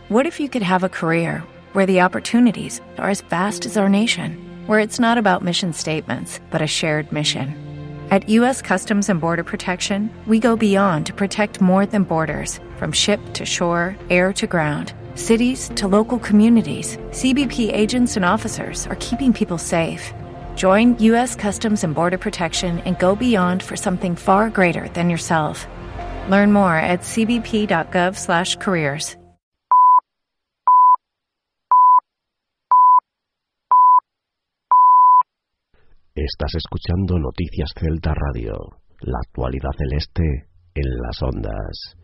What if you could have a career where the opportunities are as vast as our nation, where it's not about mission statements, but a shared mission? At U.S. Customs and Border Protection, we go beyond to protect more than borders, from ship to shore, air to ground, cities to local communities. CBP agents and officers are keeping people safe. Join U.S. Customs and Border Protection and go beyond for something far greater than yourself. Learn more at cbp.gov/careers. Estás escuchando Noticias Celta Radio, la actualidad celeste en las ondas.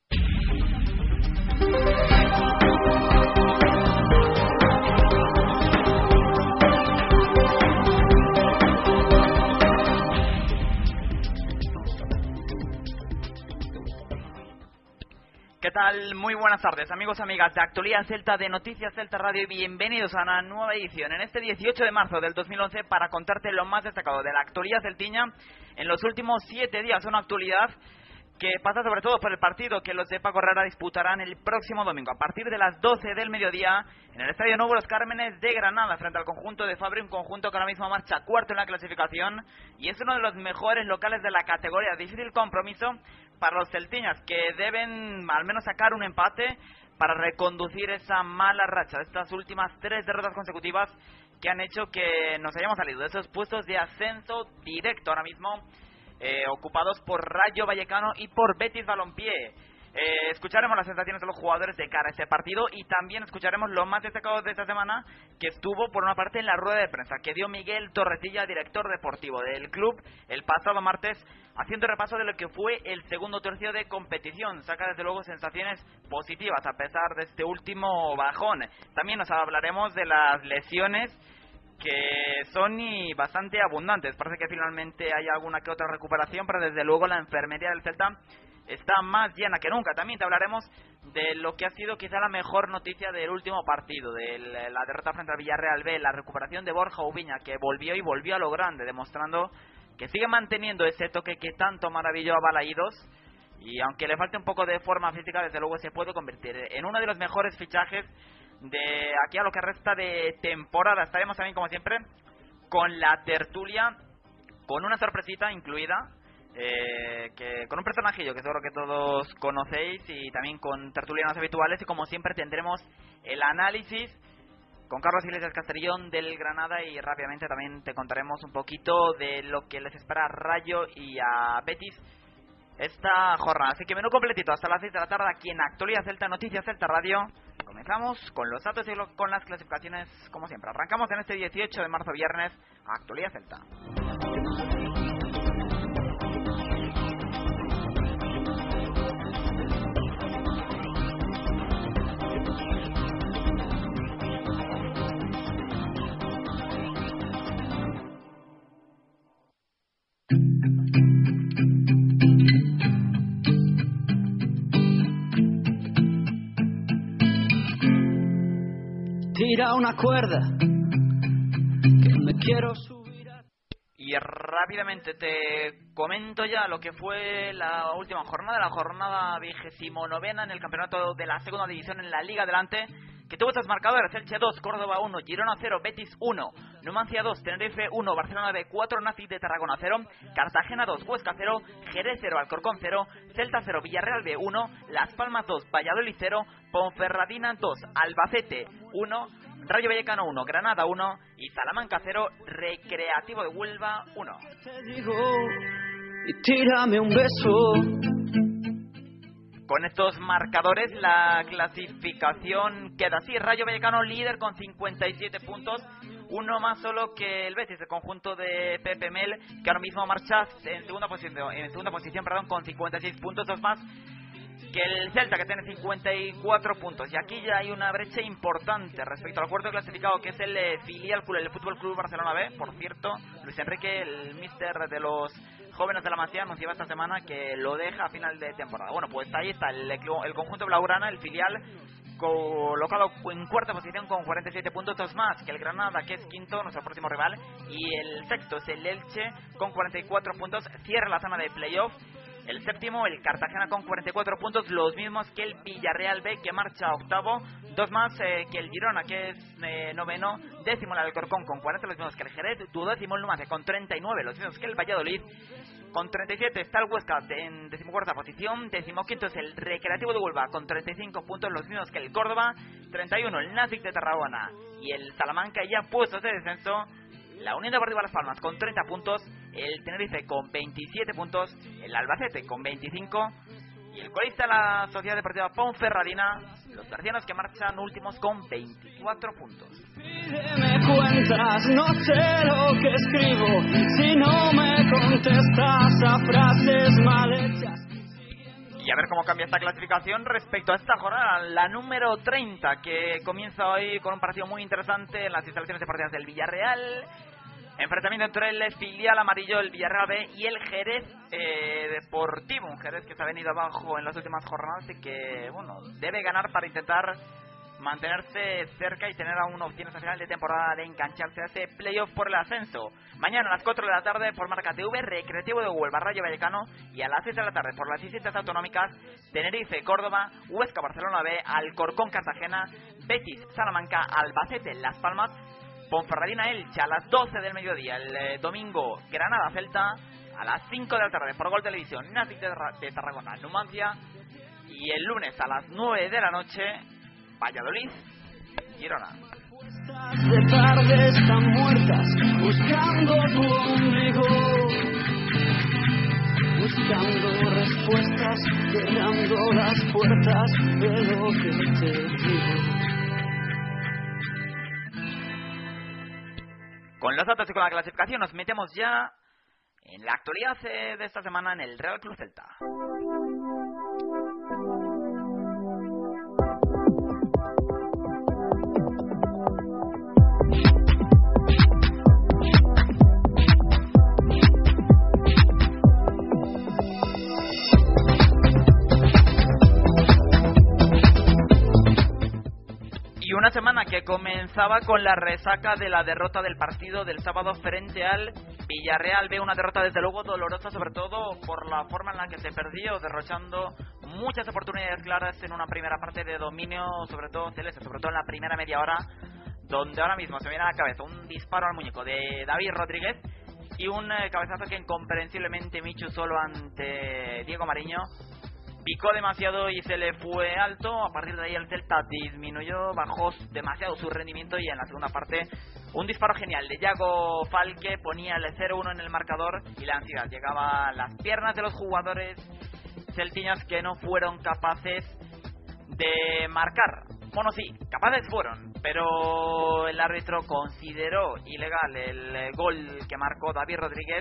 ¿Qué tal? Muy buenas tardes, amigos y amigas de Actualidad Celta de Noticias Celta Radio, y bienvenidos a una nueva edición en este 18 de marzo del 2011 para contarte lo más destacado de la actualidad celtiña en los últimos 7 días. Una actualidad que pasa sobre todo por el partido que los de Paco Herrera disputarán el próximo domingo a partir de las 12 del mediodía en el Estadio Nuevo Los Cármenes de Granada, frente al conjunto de Fabri, un conjunto que ahora mismo marcha cuarto en la clasificación y es uno de los mejores locales de la categoría. Difícil compromiso para los celtiñas, que deben al menos sacar un empate para reconducir esa mala racha de estas últimas 3 derrotas consecutivas que han hecho que nos hayamos salido de esos puestos de ascenso directo ahora mismo, ocupados por Rayo Vallecano y por Betis Balompié. Escucharemos las sensaciones de los jugadores de cara a este partido y también escucharemos lo más destacado de esta semana, que estuvo por una parte en la rueda de prensa que dio Miguel Torrecilla, director deportivo del club, el pasado martes, haciendo repaso de lo que fue el segundo tercio de competición. Saca desde luego sensaciones positivas a pesar de este último bajón. También nos hablaremos de las lesiones, que son y bastante abundantes. Parece que finalmente hay alguna que otra recuperación, pero desde luego la enfermería del Celta está más llena que nunca. También te hablaremos de lo que ha sido quizá la mejor noticia del último partido, de la derrota frente al Villarreal B, la recuperación de Borja Ubiña, que volvió a lo grande, demostrando que sigue manteniendo ese toque que tanto maravilló a Balaídos, y aunque le falte un poco de forma física, desde luego se puede convertir en uno de los mejores fichajes de aquí a lo que resta de temporada. Estaremos también, como siempre, con la tertulia, con una sorpresita incluida, que con un personajillo que seguro que todos conocéis, y también con tertulianos habituales, y como siempre tendremos el análisis con Carlos Iglesias Castellón del Granada, y rápidamente también te contaremos un poquito de lo que les espera a Rayo y a Betis esta jornada. Así que menú completito hasta las 6 de la tarde aquí en Actualidad Celta, Noticias Celta Radio. Comenzamos con los datos y con las clasificaciones, como siempre. Arrancamos en este 18 de marzo, viernes, Actualidad Celta. Tira una cuerda que me quiero subir a... Y rápidamente te comento ya lo que fue la última jornada, la jornada 29ª en el campeonato de la segunda división en la Liga Adelante, que tuvo estos marcadores: Elche 2, Córdoba 1, Girona 0, Betis 1, Numancia 2, Tenerife 1, Barcelona B 4, Nastic de Tarragona 0, Cartagena 2, Huesca 0, Jerez 0, Alcorcón 0, Celta 0, Villarreal B 1, Las Palmas 2, Valladolid 0, Ponferradina 2, Albacete 1, Rayo Vallecano 1, Granada 1 y Salamanca 0, Recreativo de Huelva 1. Te digo, y tírame un beso. Con estos marcadores la clasificación queda así: Rayo Vallecano líder con 57 puntos, uno más solo que el Betis, el conjunto de Pepe Mel, que ahora mismo marcha en segunda posición, con 56 puntos, dos más que el Celta, que tiene 54 puntos. Y aquí ya hay una brecha importante respecto al cuarto clasificado, que es el filial el Fútbol Club Barcelona B. Por cierto, Luis Enrique, el míster de los jóvenes de la Masía, anunciaba esta semana que lo deja a final de temporada. Bueno, pues ahí está el conjunto blaugrana, el filial, colocado en cuarta posición con 47 puntos, dos más que el Granada, que es quinto, nuestro próximo rival, y el sexto es el Elche con 44 puntos, cierra la zona de playoff. el séptimo, el Cartagena con 44 puntos, los mismos que el Villarreal B, que marcha octavo, 2 más que el Girona, que es noveno, décimo el Alcorcón con 40, los mismos que el Jerez, duodécimo el Numancia con 39, los mismos que el Valladolid. Con 37 está el Huesca en decimocuarta posición, decimoquinto es el Recreativo de Huelva con 35 puntos, los mismos que el Córdoba, 31 el Nástic de Tarragona y el Salamanca, ya puestos de descenso, la Unión Deportiva Las Palmas con 30 puntos, el Tenerife con 27 puntos, el Albacete con 25 y el colista la Sociedad Deportiva Ponferradina, los tercianos que marchan últimos con 24 puntos. Pídeme cuentas, no sé lo que escribo, si no me contestas a frases mal hechas. Y a ver cómo cambia esta clasificación respecto a esta jornada, la número 30, que comienza hoy con un partido muy interesante en las instalaciones deportivas del Villarreal. Enfrentamiento entre el filial amarillo, el Villarreal B, y el Jerez Deportivo. Un Jerez que se ha venido abajo en las últimas jornadas y que, bueno, debe ganar para intentar mantenerse cerca y tener aún opciones a final de temporada de engancharse a ese playoff por el ascenso. Mañana a las 4 de la tarde por Marca TV, Recreativo de Huelva, Rayo Vallecano, y a las 6 de la tarde por las distintas autonómicas, Tenerife, Córdoba, Huesca, Barcelona B, Alcorcón, Cartagena, Betis, Salamanca, Albacete, Las Palmas, Ponferradina, Elche a las 12 del mediodía, el domingo Granada, Celta, a las 5 de la tarde por Gol Televisión, Nástic de Tarragona, Numancia, y el lunes a las 9 de la noche, Valladolid, Girona. De tarde están muertas, buscando tu ombligo, buscando respuestas, cerrando las puertas de lo que te digo. Con los datos y con la clasificación nos metemos ya en la actualidad de esta semana en el Real Club Celta. Y una semana que comenzaba con la resaca de la derrota del partido del sábado frente al Villarreal B, una derrota desde luego dolorosa, sobre todo por la forma en la que se perdió, derrochando muchas oportunidades claras en una primera parte de dominio, sobre todo celeste, sobre todo en la primera media hora, donde ahora mismo se viene a la cabeza un disparo al muñeco de David Rodríguez y un cabezazo que incomprensiblemente Michu solo ante Diego Mariño picó demasiado y se le fue alto. A partir de ahí el Celta disminuyó, bajó demasiado su rendimiento y en la segunda parte un disparo genial de Yago Falque ponía el 0-1 en el marcador y la ansiedad llegaba a las piernas de los jugadores celtiños que no fueron capaces de marcar. Bueno, sí, capaces fueron, pero el árbitro consideró ilegal el gol que marcó David Rodríguez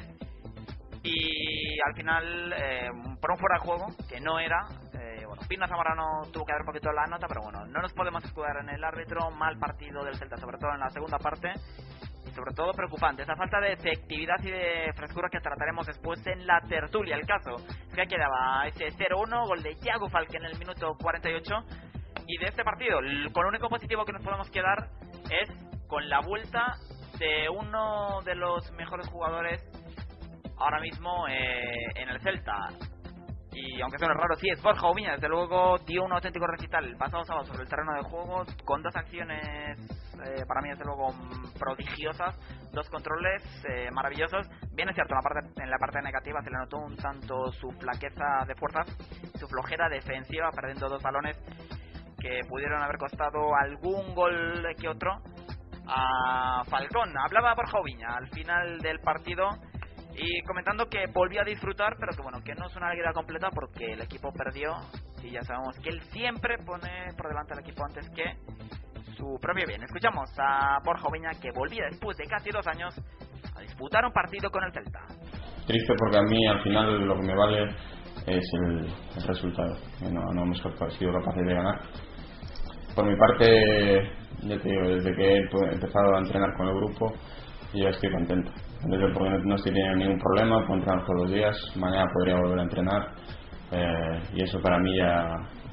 y al final por un fuera de juego que no era, bueno, Pino Zamorano tuvo que dar un poquito la nota, pero bueno, no nos podemos escudar en el árbitro. Mal partido del Celta, sobre todo en la segunda parte, y sobre todo preocupante esa falta de efectividad y de frescura que trataremos después en la tertulia. El caso es que quedaba ese 0-1, gol de Yago Falque en el minuto 48, y de este partido con lo único positivo que nos podemos quedar es con la vuelta de uno de los mejores jugadores ahora mismo en el Celta. Y aunque suene raro, sí, es Borja Oubiña. Desde luego dio un auténtico recital el pasado sábado sobre el terreno de juego, con dos acciones para mí desde luego prodigiosas, dos controles maravillosos. Bien es cierto, en la parte negativa se le notó un tanto su flaqueza de fuerzas, su flojera defensiva, perdiendo dos balones que pudieron haber costado algún gol que otro a Falcón. Hablaba Borja Oubiña al final del partido y comentando que volvió a disfrutar, pero que bueno, que no es una alegría completa porque el equipo perdió y ya sabemos que él siempre pone por delante al equipo antes que su propio bien. Escuchamos a Borja Oubiña, que volvía después de casi 2 años a disputar un partido con el Celta. Triste porque a mí al final lo que me vale es el resultado, no hemos sido capaces de ganar. Por mi parte, ya te digo, desde que he empezado a entrenar con el grupo yo estoy contento. Desde porque no estoy teniendo ningún problema, puedo entrenar todos los días, mañana podría volver a entrenar y eso para mí ya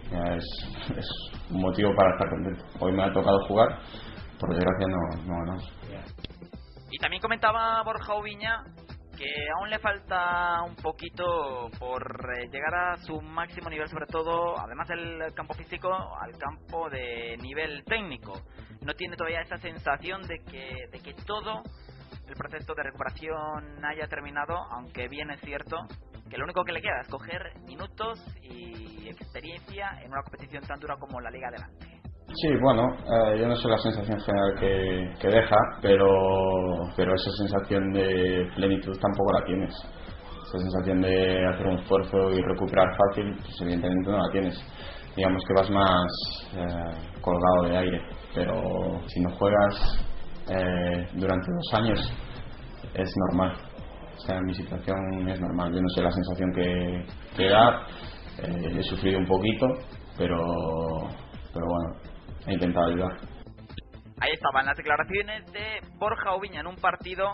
es un motivo para estar contento. Hoy me ha tocado jugar, por desgracia no ganamos. Y también comentaba Borja Oubiña que aún le falta un poquito por llegar a su máximo nivel, sobre todo, además del campo físico, al campo de nivel técnico. No tiene todavía esa sensación de que todo el proceso de recuperación haya terminado, aunque bien es cierto que lo único que le queda es coger minutos y experiencia en una competición tan dura como la Liga Adelante. Sí, bueno, yo no sé la sensación general que deja, pero esa sensación de plenitud tampoco la tienes. Esa sensación de hacer un esfuerzo y recuperar fácil, pues evidentemente no la tienes. Digamos que vas más colgado de aire, pero si no juegas durante 2 años es normal. O sea, en mi situación es normal. Yo no sé la sensación que da. He sufrido un poquito, pero bueno, he intentado ayudar. Ahí estaban las declaraciones de Borja Oubiña en un partido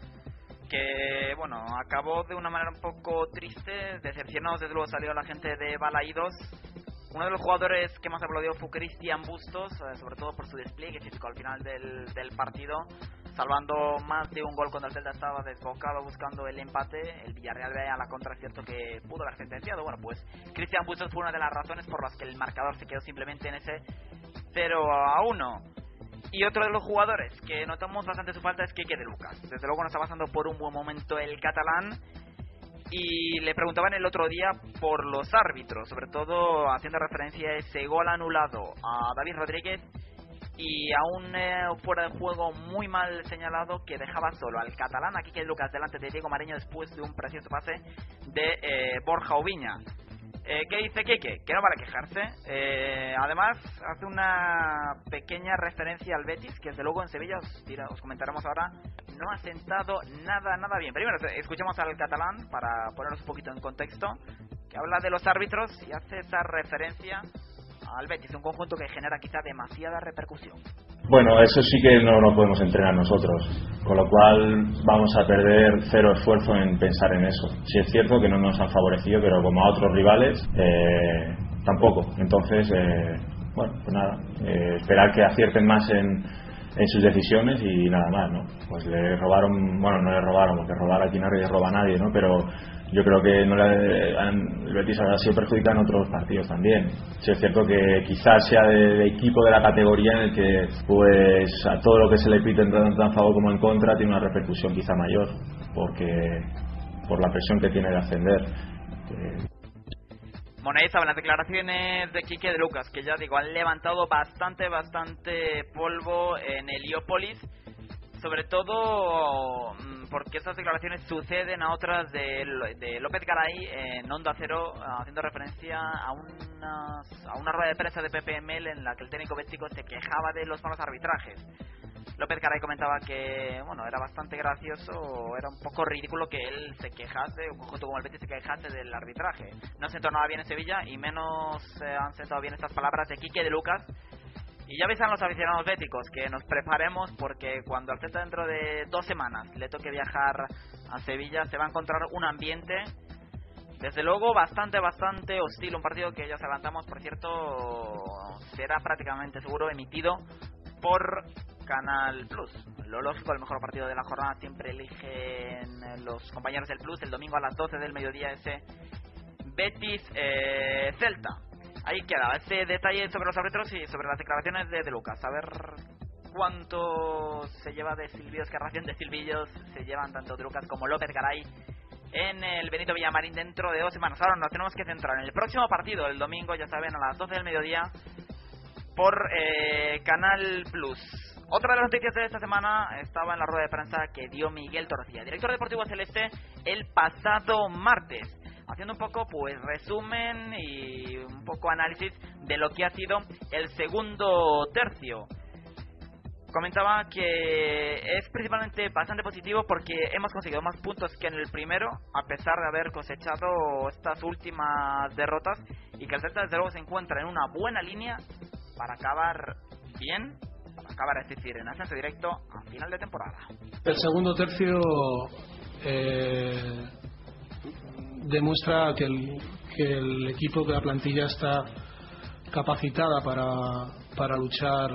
que, bueno, acabó de una manera un poco triste. Decepcionados, desde luego, salió la gente de Balaídos. Uno de los jugadores que más aplaudió fue Cristian Bustos, sobre todo por su despliegue físico al final del partido, salvando más de un gol cuando el Celta estaba desbocado buscando el empate. El Villarreal veía a la contra, es cierto que pudo haber sentenciado. Bueno, pues Cristian Bustos fue una de las razones por las que el marcador se quedó simplemente en ese 0-1. Y otro de los jugadores que notamos bastante su falta es Quique de Lucas. Desde luego no está pasando por un buen momento el catalán. Y le preguntaban el otro día por los árbitros, sobre todo haciendo referencia a ese gol anulado a David Rodríguez y a un fuera de juego muy mal señalado que dejaba solo al catalán, a Quique de Lucas, delante de Diego Mareño después de un precioso pase de Borja Oubiña. ¿Qué dice Quique? Que no vale quejarse. Además hace una pequeña referencia al Betis, que desde luego en Sevilla, os comentaremos ahora, no ha sentado nada bien. Primero escuchemos al catalán para ponernos un poquito en contexto, que habla de los árbitros y hace esa referencia al Betis, un conjunto que genera quizá demasiada repercusión. Bueno, eso sí que no lo podemos entrenar nosotros, con lo cual vamos a perder cero esfuerzo en pensar en eso. Sí es cierto que no nos han favorecido, pero como a otros rivales tampoco. Entonces, bueno, pues nada, esperar que acierten más en sus decisiones y nada más, ¿no? Pues le robaron, bueno, no le robaron, porque robar aquí nadie roba a nadie, ¿no? Pero yo creo que el Betis ha sido perjudicado en otros partidos también. Sí es cierto que quizás sea de equipo de la categoría en el que pues a todo lo que se le pite tanto a favor como en contra tiene una repercusión quizá mayor, porque por la presión que tiene de ascender. Bueno, ahí estaban las declaraciones de Quique de Lucas, que ya digo, han levantado bastante polvo en Heliópolis, sobre todo porque esas declaraciones suceden a otras de López Garay en Onda Cero, haciendo referencia a una rueda de prensa de PPML en la que el técnico bético se quejaba de los malos arbitrajes. López Garay comentaba que, bueno, era bastante gracioso, era un poco ridículo que él se quejase, un conjunto como el Betis se quejase del arbitraje. No sentó nada bien en Sevilla y menos han sentado bien estas palabras de Quique de Lucas. Y ya avisan los aficionados béticos que nos preparemos, porque cuando al Celta dentro de 2 semanas le toque viajar a Sevilla se va a encontrar un ambiente desde luego bastante hostil. Un partido que ya os adelantamos, por cierto, será prácticamente seguro emitido por Canal Plus. Lo lógico, el mejor partido de la jornada siempre eligen los compañeros del Plus. El domingo a las 12 del mediodía ese Betis Celta. Ahí queda ese detalle sobre los árbitros y sobre las declaraciones de Lucas. A ver cuánto se lleva de silbidos, qué ración de silbidos se llevan tanto de Lucas como López Garay en el Benito Villamarín dentro de 2 semanas. Ahora nos tenemos que centrar en el próximo partido, el domingo, ya saben, a las 12 del mediodía por Canal Plus. Otra de las noticias de esta semana estaba en la rueda de prensa que dio Miguel Torrecilla, director deportivo celeste, el pasado martes, haciendo un poco pues resumen y un poco análisis de lo que ha sido el segundo tercio. Comentaba que es principalmente bastante positivo porque hemos conseguido más puntos que en el primero, a pesar de haber cosechado estas últimas derrotas, y que el Celta desde luego se encuentra en una buena línea para acabar bien, para acabar, es decir, en ascenso directo a final de temporada. El segundo tercio demuestra que el equipo, que la plantilla está capacitada para luchar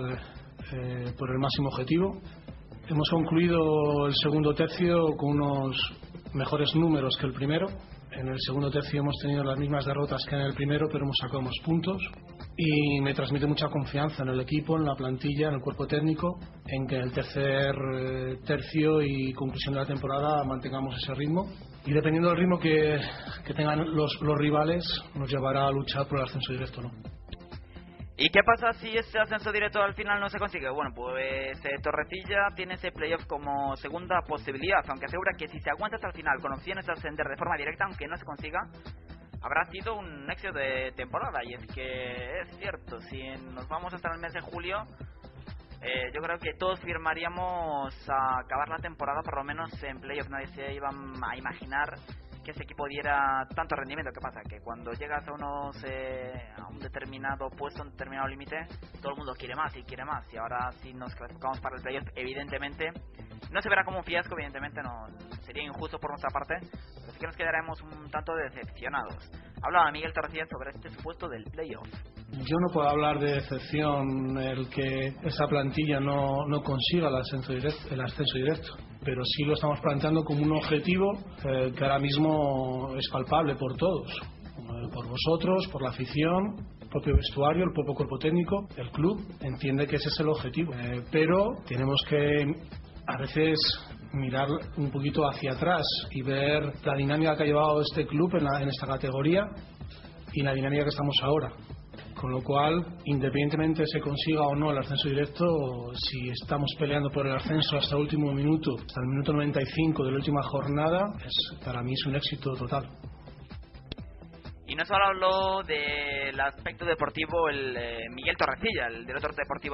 por el máximo objetivo. Hemos concluido el segundo tercio con mejores números que el primero. En el segundo tercio hemos tenido las mismas derrotas que en el primero, pero hemos sacado más puntos. Y me transmite mucha confianza en el equipo, en la plantilla, en el cuerpo técnico, en que en el tercer tercio y conclusión de la temporada mantengamos ese ritmo. Y dependiendo del ritmo que tengan los rivales, nos llevará a luchar por el ascenso directo, ¿no? ¿Y qué pasa si ese ascenso directo al final no se consigue? Bueno, pues Torrecilla tiene ese playoff como segunda posibilidad, aunque asegura que si se aguanta hasta el final con opciones de ascender de forma directa, aunque no se consiga, habrá sido un éxito de temporada. Y es que es cierto, si nos vamos hasta el mes de julio, yo creo que todos firmaríamos a acabar la temporada por lo menos en playoff. Nadie se iba a imaginar que ese equipo diera tanto rendimiento. ¿Qué pasa? Que cuando llegas a a un determinado puesto, un determinado límite, todo el mundo quiere más y quiere más. Y ahora si nos clasificamos para el playoff, evidentemente no se verá como un fiasco, evidentemente no sería injusto por nuestra parte, pero sí que nos quedaremos un tanto decepcionados. Hablaba Miguel Torrecilla sobre este supuesto del playoff. Yo no puedo hablar de decepción el que esa plantilla no consiga el ascenso directo, pero sí lo estamos planteando como un objetivo que ahora mismo es palpable por todos, por vosotros, por la afición, el propio vestuario, el propio cuerpo técnico. El club entiende que ese es el objetivo, pero tenemos que a veces mirar un poquito hacia atrás y ver la dinámica que ha llevado este club en esta categoría y la dinámica que estamos ahora. Con lo cual, independientemente se consiga o no el ascenso directo, si estamos peleando por el ascenso hasta el último minuto, hasta el minuto 95 de la última jornada, para mí es un éxito total. Y no solo habló del aspecto deportivo Miguel Torrecilla, el director deportivo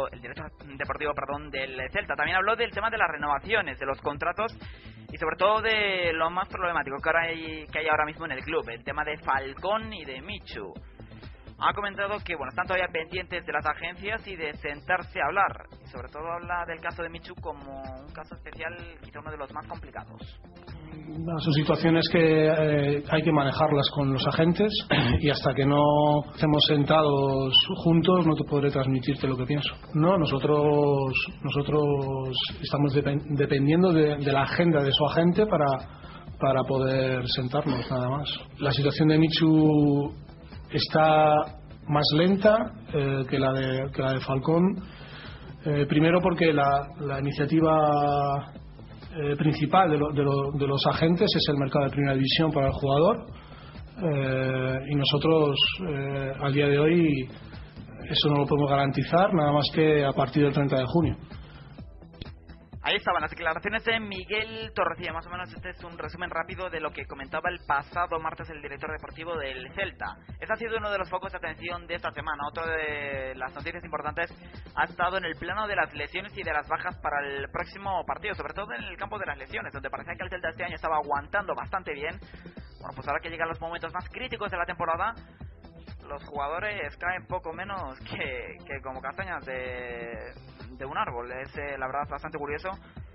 del Celta. También habló del tema de las renovaciones, de los contratos y sobre todo de lo más problemático que hay ahora mismo en el club, el tema de Falcón y de Michu. Ha comentado que están todavía pendientes de las agencias y de sentarse a hablar. Y sobre todo habla del caso de Michu como un caso especial, quizá uno de los más complicados. Son situaciones que hay que manejarlas con los agentes y hasta que no estemos sentados juntos no te podré transmitirte lo que pienso. No, nosotros estamos dependiendo de la agenda de su agente para poder sentarnos, nada más. La situación de Michu está más lenta que la de Falcón, primero porque la iniciativa principal de los agentes es el mercado de primera división para el jugador, y nosotros al día de hoy eso no lo podemos garantizar nada más que a partir del 30 de junio. Ahí estaban las declaraciones de Miguel Torrecilla. Más o menos este es un resumen rápido de lo que comentaba el pasado martes el director deportivo del Celta. Este ha sido uno de los focos de atención de esta semana. Otra de las noticias importantes ha estado en el plano de las lesiones y de las bajas para el próximo partido, sobre todo en el campo de las lesiones, donde parecía que el Celta este año estaba aguantando bastante bien. Bueno, pues ahora que llegan los momentos más críticos de la temporada, los jugadores caen poco menos que como castañas de un árbol. Es la verdad bastante curioso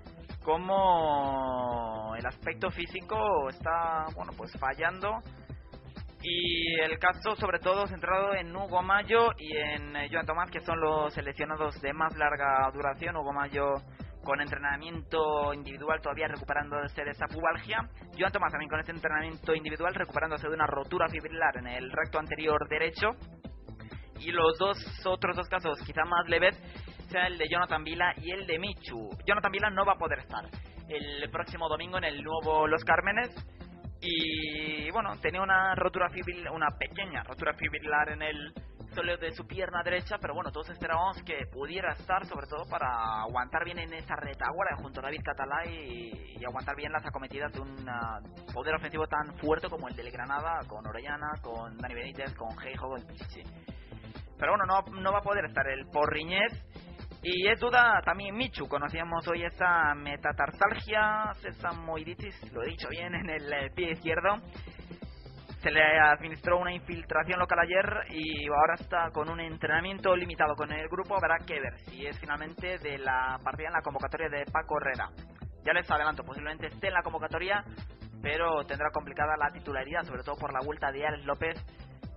cómo el aspecto físico está fallando, y el caso sobre todo centrado en Hugo Mayo y en Joan Tomás, que son los seleccionados de más larga duración. Hugo Mayo con entrenamiento individual todavía recuperándose de esa pubalgia, Joan Tomás también con ese entrenamiento individual recuperándose de una rotura fibrilar en el recto anterior derecho. Y los otros dos casos quizá más leves sea el de Jonathan Vila y el de Michu. Jonathan Vila no va a poder estar el próximo domingo en el nuevo Los Cármenes, y tenía una pequeña rotura fibrilar en el sóleo de su pierna derecha, pero todos esperábamos que pudiera estar, sobre todo para aguantar bien en esa retaguardia junto a David Catalá y aguantar bien las acometidas de un poder ofensivo tan fuerte como el del Granada, con Orellana, con Dani Benítez, con Geijo, con Pichichi. Pero no va a poder estar el porriñés. Y es duda también Michu. Conocíamos hoy esa metatarsalgia, sesamoiditis, lo he dicho bien, en el pie izquierdo. Se le administró una infiltración local ayer y ahora está con un entrenamiento limitado con el grupo. Habrá que ver si es finalmente de la partida en la convocatoria de Paco Herrera. Ya les adelanto, posiblemente esté en la convocatoria, pero tendrá complicada la titularidad, sobre todo por la vuelta de Alex López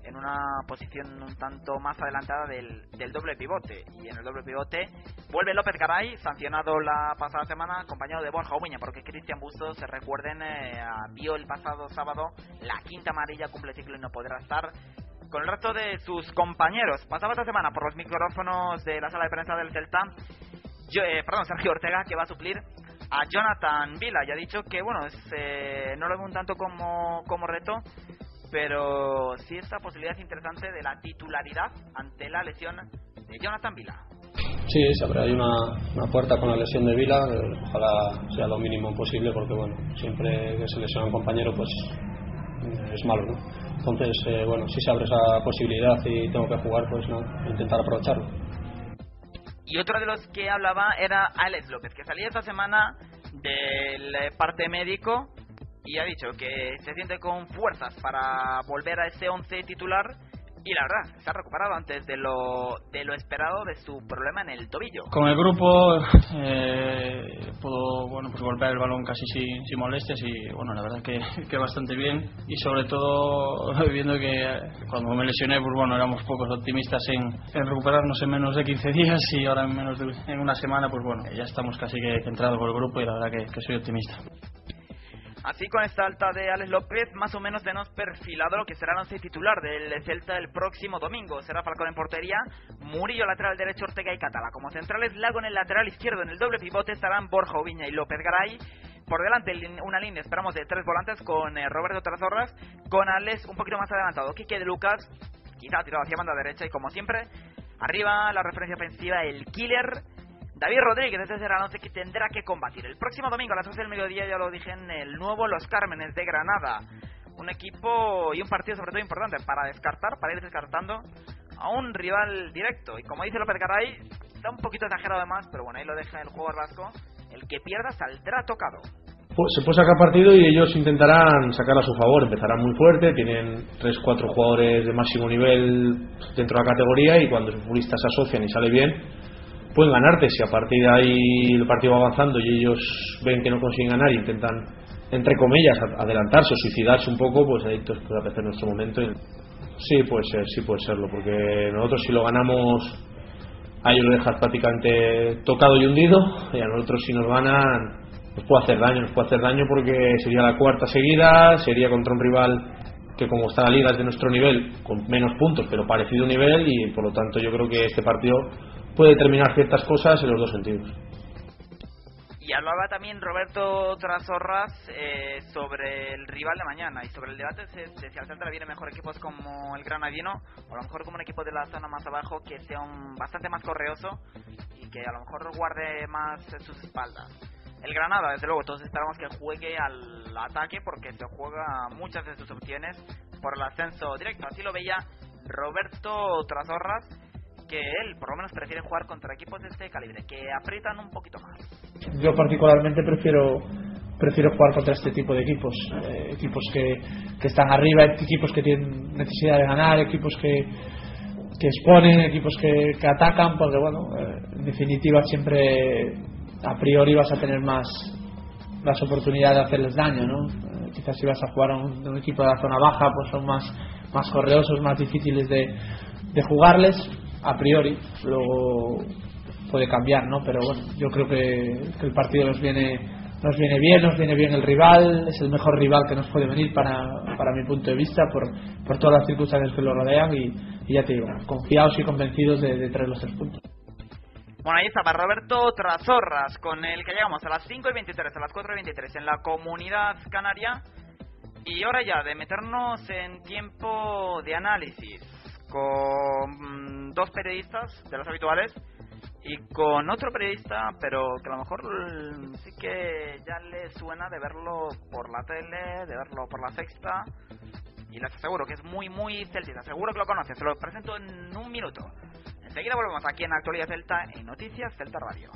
en una posición un tanto más adelantada del doble pivote. Y en el doble pivote vuelve López Garay, sancionado la pasada semana, acompañado de Borja Ubiña, porque Cristian Bustos, se recuerden, vio el pasado sábado la quinta amarilla, cumple ciclo y no podrá estar con el resto de sus compañeros. Pasaba esta semana por los micrófonos de la sala de prensa del Celta Sergio Ortega, que va a suplir a Jonathan Vila, y ha dicho que bueno, no lo ve un tanto como reto, pero sí esta posibilidad interesante de la titularidad ante la lesión de Jonathan Vila. Sí, se abre ahí una puerta con la lesión de Vila, ojalá sea lo mínimo posible, porque bueno, siempre que se lesiona un compañero pues es malo, ¿no? Entonces, si se abre esa posibilidad y tengo que jugar, pues no, intentar aprovecharlo. Y otro de los que hablaba era Alex López, que salía esta semana del parte médico y ha dicho que se siente con fuerzas para volver a ese 11 titular, y la verdad, se ha recuperado antes de lo esperado de su problema en el tobillo. Con el grupo puedo golpear el balón casi sin molestias, y bueno, la verdad que bastante bien, y sobre todo viendo que cuando me lesioné, pues bueno, éramos pocos optimistas en recuperarnos en menos de 15 días, y ahora en una semana, pues bueno, ya estamos casi que entrados por el grupo, y la verdad que soy optimista. Así, con esta alta de Alex López, más o menos tenemos perfilado lo que será el once titular del Celta el próximo domingo. Será Falcón en portería, Murillo lateral derecho, Ortega y Catala como centrales, Lago en el lateral izquierdo. En el doble pivote estarán Borja Ubiña y López Garay. Por delante una línea, esperamos, de 3 volantes con Roberto Trazorras, con Alex un poquito más adelantado, Quique de Lucas, quizá tirado hacia banda derecha, y como siempre, arriba la referencia ofensiva, el killer David Rodríguez. Este será el once que tendrá que combatir el próximo domingo a las 12 del mediodía, ya lo dije, en el nuevo Los Cármenes de Granada. Un equipo y un partido sobre todo importante para ir descartando a un rival directo. Y como dice López Garay, está un poquito exagerado además, pero bueno, ahí lo deja el jugador vasco. El que pierda saldrá tocado. Se puede sacar partido y ellos intentarán sacar a su favor. Empezarán muy fuerte, tienen 3-4 jugadores de máximo nivel dentro de la categoría, y cuando los futbolistas se asocian y sale bien, pueden ganarte. Si a partir de ahí el partido va avanzando y ellos ven que no consiguen ganar y intentan, entre comillas, adelantarse o suicidarse un poco, pues ahí puede aparecer nuestro momento. Sí puede serlo, porque nosotros, si lo ganamos, a ellos lo dejas prácticamente tocado y hundido, y a nosotros, si nos ganan, nos puede hacer daño, porque sería la cuarta seguida, sería contra un rival que, como está la liga, es de nuestro nivel, con menos puntos pero parecido nivel, y por lo tanto yo creo que este partido puede determinar ciertas cosas en los dos sentidos. Y hablaba también Roberto Trazorras sobre el rival de mañana y sobre el debate de si al Celta le viene mejor equipos como el Granadino, o a lo mejor como un equipo de la zona más abajo que sea bastante más correoso y que a lo mejor guarde más sus espaldas. El Granada, desde luego, todos esperamos que juegue al ataque, porque se juega muchas de sus opciones por el ascenso directo. Así lo veía Roberto Trazorras, que él por lo menos prefiere jugar contra equipos de este calibre, que aprietan un poquito más. Yo particularmente prefiero jugar contra este tipo de equipos, equipos que están arriba, equipos que tienen necesidad de ganar, equipos que exponen, equipos que atacan, porque bueno, en definitiva siempre a priori vas a tener más oportunidad de hacerles daño, ¿no? Quizás si vas a jugar a un equipo de la zona baja, pues son más correosos, más difíciles de jugarles a priori. Luego puede cambiar, ¿no? Pero bueno, yo creo que el partido nos viene bien el rival, es el mejor rival que nos puede venir para mi punto de vista, por todas las circunstancias que lo rodean, y ya te digo, confiados y convencidos de traer los 3 puntos. Bueno, ahí estaba Roberto Trazorras, con el que llegamos a las 5:23, a las 4:23 en la Comunidad Canaria. Y hora ya de meternos en tiempo de análisis con 2 periodistas de los habituales y con otro periodista, pero que a lo mejor sí que ya le suena de verlo por la tele, de verlo por la Sexta, y les aseguro que es muy, muy celtista. Seguro que lo conoce, se lo presento en un minuto. Enseguida volvemos aquí en Actualidad Celta, en Noticias Celta Radio.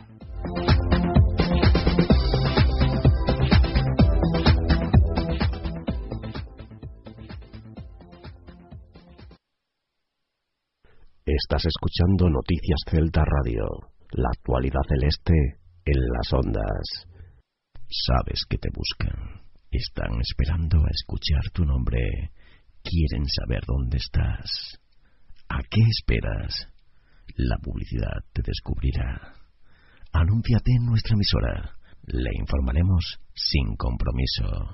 Estás escuchando Noticias Celta Radio, la actualidad celeste en las ondas. Sabes que te buscan, están esperando a escuchar tu nombre. quieren saber dónde estás. ¿A qué esperas? La publicidad te descubrirá. Anúnciate en nuestra emisora. Le informaremos sin compromiso.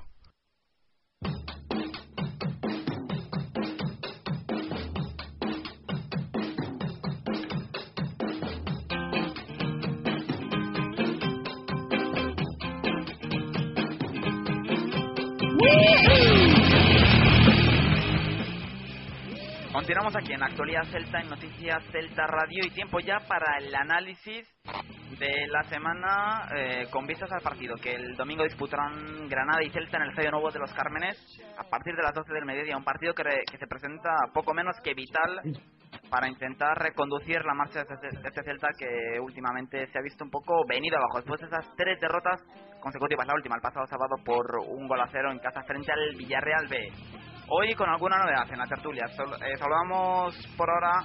Continuamos aquí en Actualidad Celta, en Noticias Celta Radio, y tiempo ya para el análisis de la semana con vistas al partido que el domingo disputarán Granada y Celta en el Estadio Nuevo de los Cármenes a partir de las 12 del mediodía. Un partido que se presenta poco menos que vital para intentar reconducir la marcha de este Celta, que últimamente se ha visto un poco venido abajo después de esas 3 derrotas consecutivas. La última el pasado sábado por 1-0 en casa frente al Villarreal B. Hoy con alguna novedad en la tertulia. Saludamos por ahora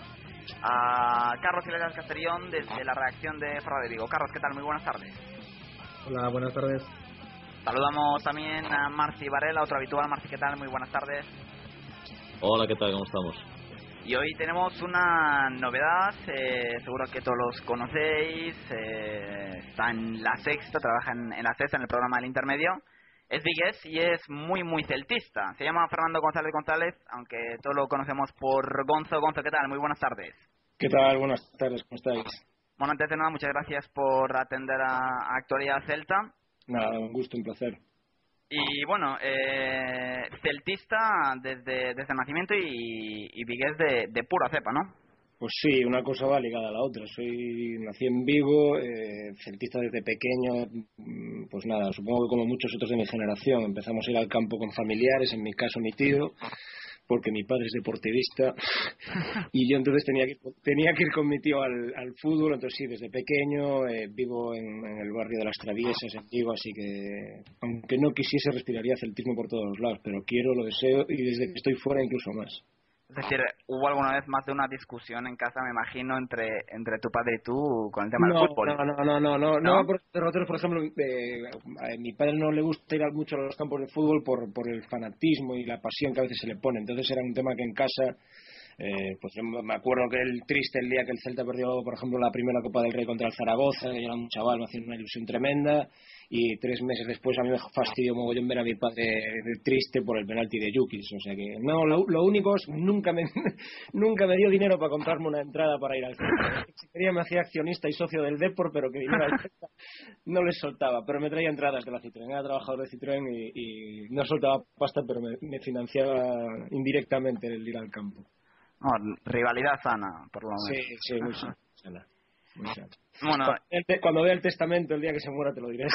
a Carlos Iglesias Castellón desde la redacción de Ferrari Vigo. Carlos, ¿qué tal? Muy buenas tardes. Hola, buenas tardes. Saludamos también a Marci Varela, otro habitual. Marci, ¿qué tal? Muy buenas tardes. Hola, ¿qué tal? ¿Cómo estamos? Y hoy tenemos una novedad, seguro que todos los conocéis. Está en La Sexta, trabaja en La Sexta, en el programa del Intermedio. Es vigués y es muy celtista. Se llama Fernando González, aunque todos lo conocemos por Gonzo. Gonzo, ¿qué tal? Muy buenas tardes. ¿Qué tal? Buenas tardes, ¿cómo estáis? Bueno, antes de nada, muchas gracias por atender a Actualidad Celta. Nada, un gusto, un placer. Y bueno, celtista desde nacimiento y vigués de pura cepa, ¿no? Pues sí, una cosa va ligada a la otra. Nací en Vigo, celtista desde pequeño. Pues nada, supongo que como muchos otros de mi generación empezamos a ir al campo con familiares, en mi caso mi tío, porque mi padre es deportivista y yo entonces tenía que ir con mi tío al fútbol. Entonces sí, desde pequeño vivo en el barrio de Las Traviesas, en Vigo, así que aunque no quisiese respiraría celtismo por todos los lados, pero quiero, lo deseo y desde que estoy fuera incluso más. Es decir, ¿hubo alguna vez más de una discusión en casa, me imagino, entre tu padre y tú con el tema del fútbol? No, por derroteros, por ejemplo, a mi padre no le gusta ir mucho a los campos de fútbol por el fanatismo y la pasión que a veces se le pone. Entonces era un tema que en casa, pues me acuerdo que el día que el Celta perdió, por ejemplo, la primera Copa del Rey contra el Zaragoza, que yo era un chaval, me hacía una ilusión tremenda. Y 3 meses después a mí me fastidió mogollón ver a mi padre triste por el penalti de Jukis. O sea que no, lo único es nunca me dio dinero para comprarme una entrada para ir al Celta. Si quería me hacía accionista y socio del Depor, pero que dinero al Celta no les soltaba. Pero me traía entradas de la Citroën. Era trabajador de Citroën y no soltaba pasta, pero me financiaba indirectamente el ir al campo. No, rivalidad sana, por lo menos. Sí, muy sana. Bueno, cuando vea el testamento el día que se muera te lo diré.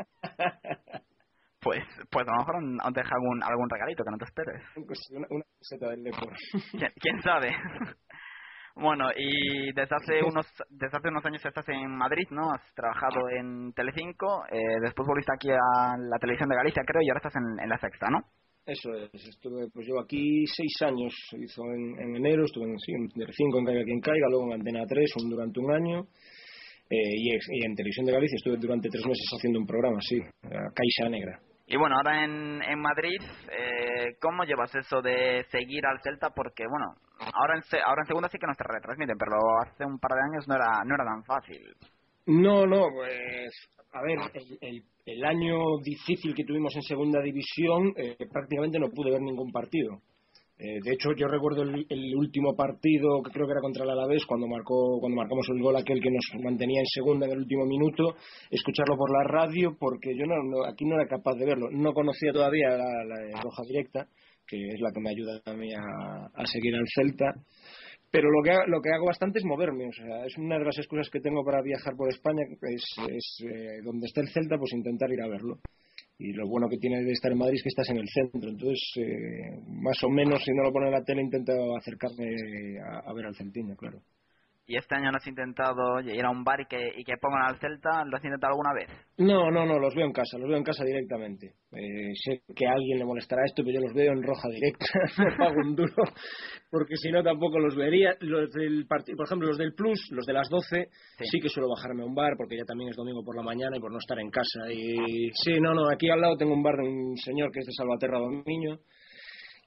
pues a lo mejor aún te deja algún regalito que no te esperes. Una coseta del Depor. ¿Quién sabe? Bueno, y desde hace unos años estás en Madrid, ¿no? Has trabajado en Telecinco, después volviste aquí a la Televisión de Galicia, creo, y ahora estás en La Sexta, ¿no? Eso es, llevo aquí 6 años, hizo en enero, estuve en Telecinco, en Caiga Quien Caiga, luego en Antena 3 durante un año, y en Televisión de Galicia estuve durante 3 meses haciendo un programa, sí, Caixa Negra. Y bueno, ahora en Madrid, ¿cómo llevas eso de seguir al Celta? Porque bueno, ahora en segunda sí que nos te retransmiten, pero hace un par de años no era tan fácil. No, pues a ver, el año difícil que tuvimos en segunda división, prácticamente no pude ver ningún partido. De hecho, yo recuerdo el último partido, que creo que era contra el Alavés, cuando marcamos el gol aquel que nos mantenía en segunda en el último minuto, escucharlo por la radio, porque yo aquí no era capaz de verlo. No conocía todavía la Roja Directa, que es la que me ayuda a mí a seguir al Celta. Pero lo que hago bastante es moverme, o sea, es una de las excusas que tengo para viajar por España, es donde está el Celta, pues intentar ir a verlo. Y lo bueno que tiene de estar en Madrid es que estás en el centro, entonces más o menos si no lo pone en la tele intento acercarme a ver al Celtiño, claro. ¿Y este año no has intentado ir a un bar y que pongan al Celta? ¿Lo has intentado alguna vez? No, los veo en casa directamente. Sé que a alguien le molestará esto, pero yo los veo en Roja Directa, no pago un duro, porque si no tampoco los vería. Los del partido, por ejemplo, los del Plus, los de las 12, sí que suelo bajarme a un bar, porque ya también es domingo por la mañana y por no estar en casa. Y sí, aquí al lado tengo un bar de un señor que es de Salvaterra Domiño,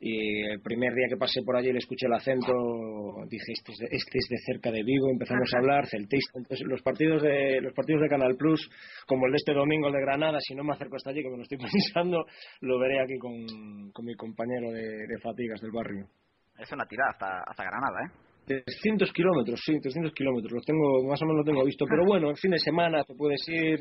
y el primer día que pasé por allí y le escuché el acento, dije, este es de cerca de Vigo. Empezamos a hablar celtista. Entonces los partidos de Canal Plus, como el de este domingo, el de Granada, si no me acerco hasta allí, que me lo estoy pensando, lo veré aquí con mi compañero de fatigas del barrio. Es una tirada hasta Granada, 300 kilómetros, sí, 300 kilómetros, más o menos lo tengo visto, pero bueno, el fin de semana te puedes ir.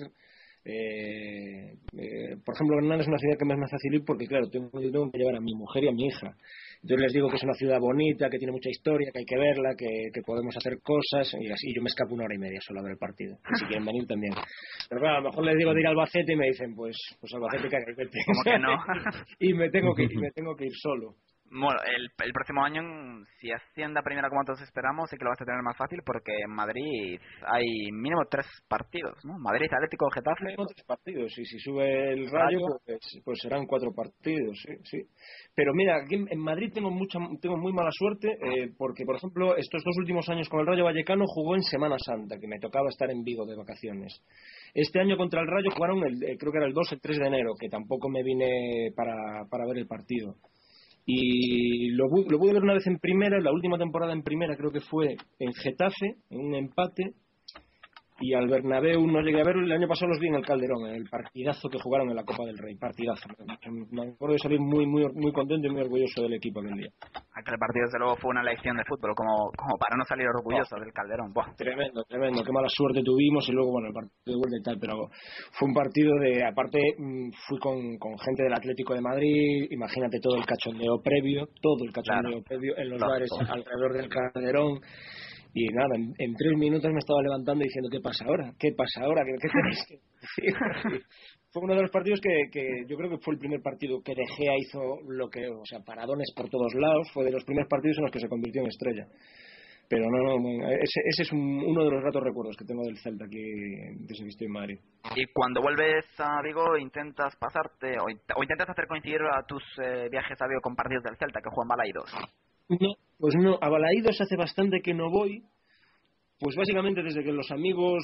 Por ejemplo, Granada es una ciudad que me es más fácil ir porque, claro, tengo que llevar a mi mujer y a mi hija. Entonces les digo que es una ciudad bonita, que tiene mucha historia, que hay que verla, que podemos hacer cosas, y así yo me escapo 1 hora y media solo a ver el partido. Y si quieren venir también. Pero claro, a lo mejor les digo de ir a Albacete y me dicen, pues Albacete que hay que verte. ¿Cómo que no? Y me tengo que ir solo. Bueno, el próximo año, si asciende a primera como todos esperamos, sí que lo vas a tener más fácil porque en Madrid hay mínimo 3 partidos, ¿no? Madrid, Atlético, Getafe. Mínimo 3 partidos, y si sube el Rayo, pues serán 4 partidos, sí. Pero mira, aquí en Madrid tengo muy mala suerte porque, por ejemplo, estos 2 últimos años con el Rayo Vallecano jugó en Semana Santa, que me tocaba estar en Vigo de vacaciones. Este año contra el Rayo jugaron, creo que era el 2 el 3 de enero, que tampoco me vine para ver el partido. Y lo pude ver una vez en primera, la última temporada en primera creo que fue en Getafe, en un empate, y al Bernabéu no llegué a verlo. El año pasado los vi en el Calderón, en el partidazo que jugaron en la Copa del Rey, partidazo. Me acuerdo de salir muy contento y muy orgulloso del equipo aquel día. Aquel partido desde luego fue una lección de fútbol, como para no salir orgulloso del Calderón. Buah. Tremendo, qué mala suerte tuvimos, y luego, bueno, el partido de vuelta y tal, pero fue un partido aparte fui con gente del Atlético de Madrid, imagínate todo el cachondeo previo en los bares alrededor del Calderón. Y nada, en 3 minutos me estaba levantando diciendo, ¿qué pasa ahora? ¿Qué tenéis que decir? Fue uno de los partidos que yo creo que fue el primer partido que De Gea hizo paradones por todos lados. Fue de los primeros partidos en los que se convirtió en estrella. Pero ese es uno de los gratos recuerdos que tengo del Celta aquí desde que estoy en Madrid. Y cuando vuelves a Vigo, ¿intentas pasarte o intentas hacer coincidir a tus viajes a Vigo con partidos del Celta que juegan Balaidos? No, pues no, a Balaídos hace bastante que no voy, pues básicamente desde que los amigos,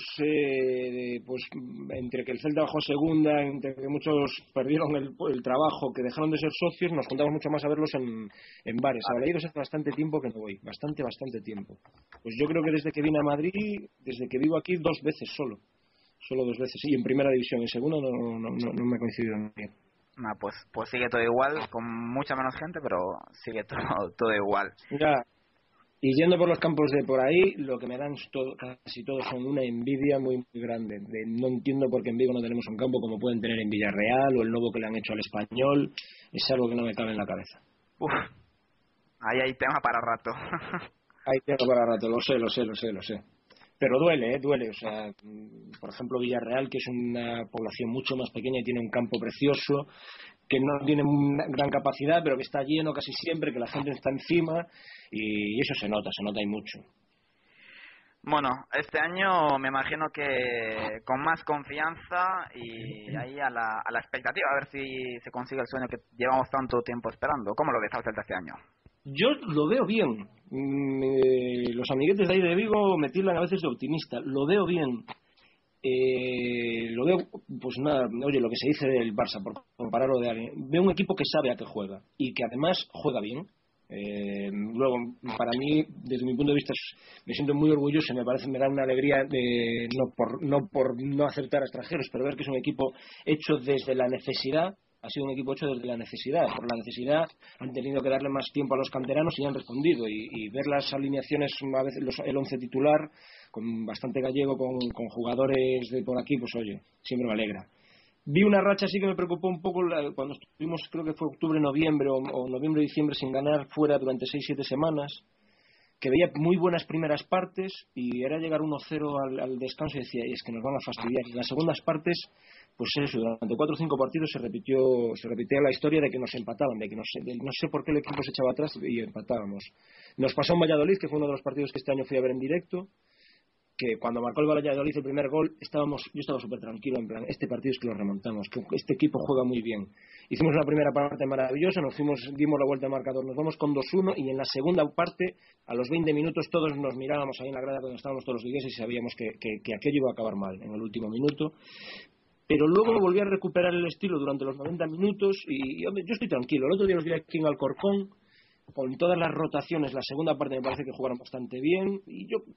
entre que el Celta bajó a segunda, entre que muchos perdieron el trabajo, que dejaron de ser socios, nos juntamos mucho más a verlos en bares. A Balaídos hace bastante tiempo que no voy, bastante tiempo. Pues yo creo que desde que vine a Madrid, desde que vivo aquí, 2 veces solo 2 veces, y en primera división, en segunda no me ha coincidido bien. Pues sigue todo igual, con mucha menos gente, pero sigue todo igual. Mira, y yendo por los campos de por ahí, lo que me dan casi todos son una envidia muy grande. No entiendo por qué en Vigo no tenemos un campo como pueden tener en Villarreal o el nuevo que le han hecho al Español. Es algo que no me cabe en la cabeza. Ahí hay tema para rato. Hay tema para rato, lo sé. Pero duele. O sea, por ejemplo, Villarreal, que es una población mucho más pequeña y tiene un campo precioso, que no tiene una gran capacidad, pero que está lleno casi siempre, que la gente está encima, y eso se nota y mucho. Bueno, este año me imagino que con más confianza y ahí a la expectativa, a ver si se consigue el sueño que llevamos tanto tiempo esperando. ¿Cómo lo ves al Celta este año? Yo lo veo bien. Los amiguetes de ahí de Vigo me tildan a veces de optimista. Lo veo bien. Lo veo, pues nada, oye, lo que se dice del Barça, por compararlo de alguien. Veo un equipo que sabe a qué juega y que además juega bien. Luego, para mí, desde mi punto de vista, me siento muy orgulloso. Me da una alegría no por no aceptar a extranjeros, pero ver que es un equipo hecho desde la necesidad. Ha sido un equipo hecho desde la necesidad. Por la necesidad han tenido que darle más tiempo a los canteranos y han respondido. Y ver las alineaciones, a veces el 11 titular, con bastante gallego, con jugadores de por aquí, pues oye, siempre me alegra. Vi una racha así que me preocupó un poco cuando estuvimos, creo que fue octubre-noviembre o noviembre-diciembre sin ganar fuera durante 6-7 semanas, que veía muy buenas primeras partes y era llegar 1-0 al descanso y decía, es que nos van a fastidiar. Y en las segundas partes, pues eso, durante 4 o 5 partidos se repitió la historia de que nos empataban, de que no sé por qué el equipo se echaba atrás y empatábamos. Nos pasó en Valladolid, que fue uno de los partidos que este año fui a ver en directo, que cuando marcó el Valladolid el primer gol, yo estaba súper tranquilo, en plan, este partido es que lo remontamos, que este equipo juega muy bien. Hicimos una primera parte maravillosa, dimos la vuelta al marcador, nos vamos con 2-1 y en la segunda parte, a los 20 minutos, todos nos mirábamos ahí en la grada donde estábamos todos los ingleses y sabíamos que aquello iba a acabar mal en el último minuto. pero luego no volví a recuperar el estilo durante los 90 minutos y hombre, yo estoy tranquilo. El otro día los vi aquí en Alcorcón, con todas las rotaciones, la segunda parte me parece que jugaron bastante bien y yo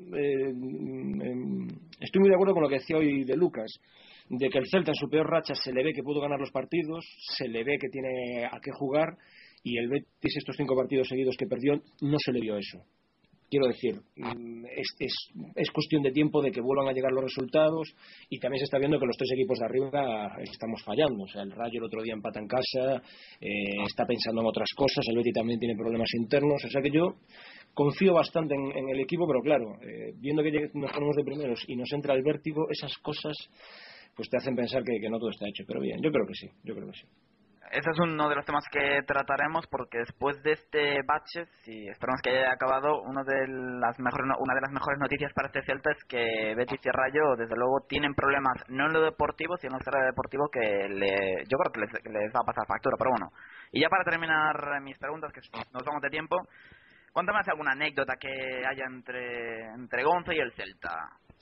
estoy muy de acuerdo con lo que decía hoy de Lucas, de que el Celta en su peor racha se le ve que pudo ganar los partidos, se le ve que tiene a qué jugar, y el Betis estos 5 partidos seguidos que perdió no se le vio eso. Quiero decir, es cuestión de tiempo de que vuelvan a llegar los resultados, y también se está viendo que los 3 equipos de arriba estamos fallando. O sea, el Rayo el otro día empata en casa, está pensando en otras cosas, el Betis también tiene problemas internos. O sea que yo confío bastante en el equipo, pero claro, viendo que nos ponemos de primeros y nos entra el vértigo, esas cosas pues te hacen pensar que no todo está hecho. Pero bien, yo creo que sí. Ese es uno de los temas que trataremos, porque después de este bache, si esperamos que haya acabado, una de las mejores noticias para este Celta es que Betis y Rayo, desde luego, tienen problemas, no en lo deportivo, sino en lo deportivo, que yo creo que les va a pasar factura. Pero bueno, y ya para terminar mis preguntas, que nos vamos de tiempo, cuéntame alguna anécdota que haya entre Gonzo y el Celta.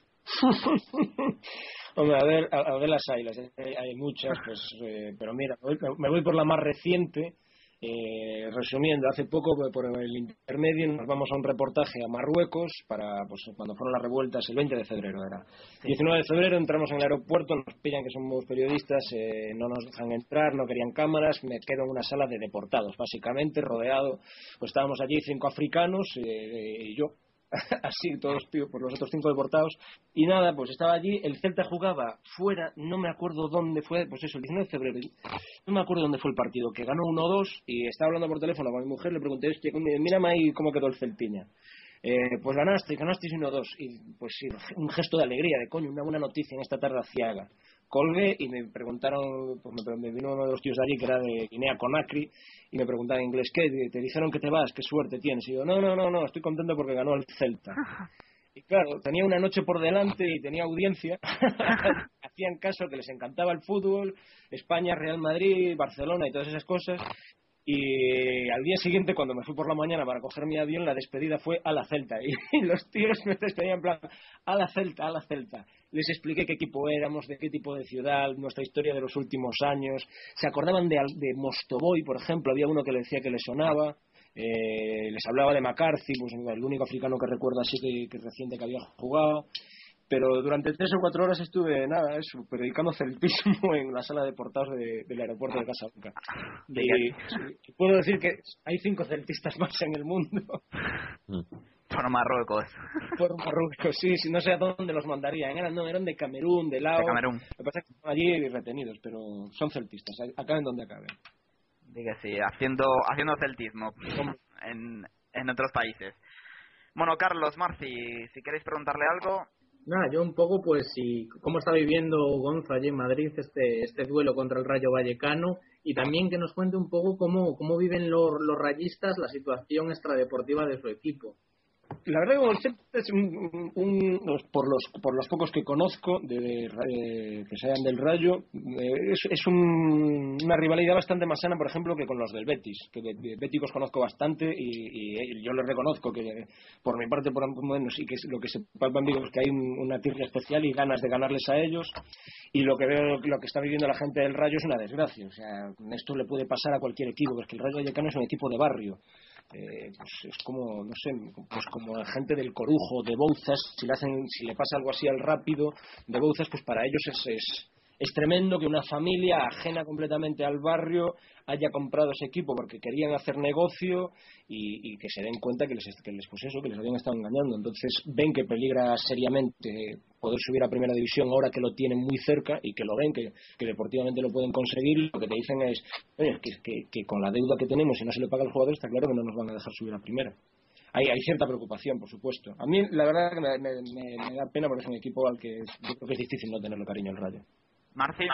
Hombre, a ver las hay muchas, pues, pero mira, me voy por la más reciente. Resumiendo, hace poco por el intermedio nos vamos a un reportaje a Marruecos para, pues, cuando fueron las revueltas, el 20 de febrero era. 19 de febrero entramos en el aeropuerto, nos pillan que somos periodistas, no nos dejan entrar, no querían cámaras, me quedo en una sala de deportados, básicamente, rodeado, pues estábamos allí 5 africanos y yo. Así, todos por los otros 5 deportados. Y nada, pues estaba allí, el Celta jugaba fuera, no me acuerdo dónde fue, pues eso, el 19 de febrero, no me acuerdo dónde fue el partido, que ganó 1-2, y estaba hablando por teléfono con mi mujer, le pregunté, mírame ahí cómo quedó el Celtiña. Pues ganasteis 1-2, y pues sí, un gesto de alegría, de coño, una buena noticia en esta tarde aciaga. Colgué y me preguntaron, pues me vino uno de los tíos de allí que era de Guinea Conakry y me preguntaban en inglés, ¿qué? ¿Te dijeron que te vas? ¿Qué suerte tienes? Y yo, no, estoy contento porque ganó el Celta. Y claro, tenía una noche por delante y tenía audiencia, hacían caso que les encantaba el fútbol, España, Real Madrid, Barcelona y todas esas cosas. Y al día siguiente, cuando me fui por la mañana para coger mi avión, la despedida fue a la Celta. Y los tíos me despedían en plan, a la Celta. Les expliqué qué equipo éramos, de qué tipo de ciudad, nuestra historia de los últimos años. Se acordaban de Mostoboy, por ejemplo, había uno que le decía que le sonaba. Les hablaba de McCarthy, pues el único africano que recuerdo así que reciente que había jugado. Pero durante 3 o 4 horas estuve, predicando celtismo en la sala de portados del aeropuerto de Casablanca. Y puedo decir que hay 5 celtistas más en el mundo. Por Marruecos. Por Marruecos, sí, no sé a dónde los mandarían. Eran de Camerún, de Laos. De Camerún. Lo que pasa es que están allí retenidos, pero son celtistas, acaben donde acaben. Diga, sí, haciendo celtismo en otros países. Bueno, Carlos, Marci, si queréis preguntarle algo. Nada, yo un poco, pues, cómo está viviendo Gonzo allí en Madrid este duelo contra el Rayo Vallecano, y también que nos cuente un poco cómo viven los rayistas la situación extradeportiva de su equipo. La verdad que es por los pocos que conozco que sean del Rayo, es una rivalidad bastante más sana, por ejemplo, que con los del Betis, que de béticos conozco bastante y yo les reconozco que por mi parte, por lo menos, sí que es lo que se palpa en Vigo, es que hay una tirria especial y ganas de ganarles a ellos, y lo que veo, lo que está viviendo la gente del Rayo es una desgracia. O sea, esto le puede pasar a cualquier equipo, porque el Rayo Vallecano es un equipo de barrio. Pues es como, no sé, pues como la gente del Corujo, de Bouzas, si le pasa algo así al Rápido de Bouzas, pues para ellos es tremendo que una familia ajena completamente al barrio haya comprado ese equipo porque querían hacer negocio y que se den cuenta que les habían estado engañando. Entonces ven que peligra seriamente poder subir a primera división ahora que lo tienen muy cerca y que lo ven, que deportivamente lo pueden conseguir. Lo que te dicen es, oye, que con la deuda que tenemos, si no se le paga al jugador, está claro que no nos van a dejar subir a primera. Hay cierta preocupación, por supuesto. A mí la verdad que me da pena porque es un equipo al que yo creo que es difícil no tenerle cariño al Rayo. Marci.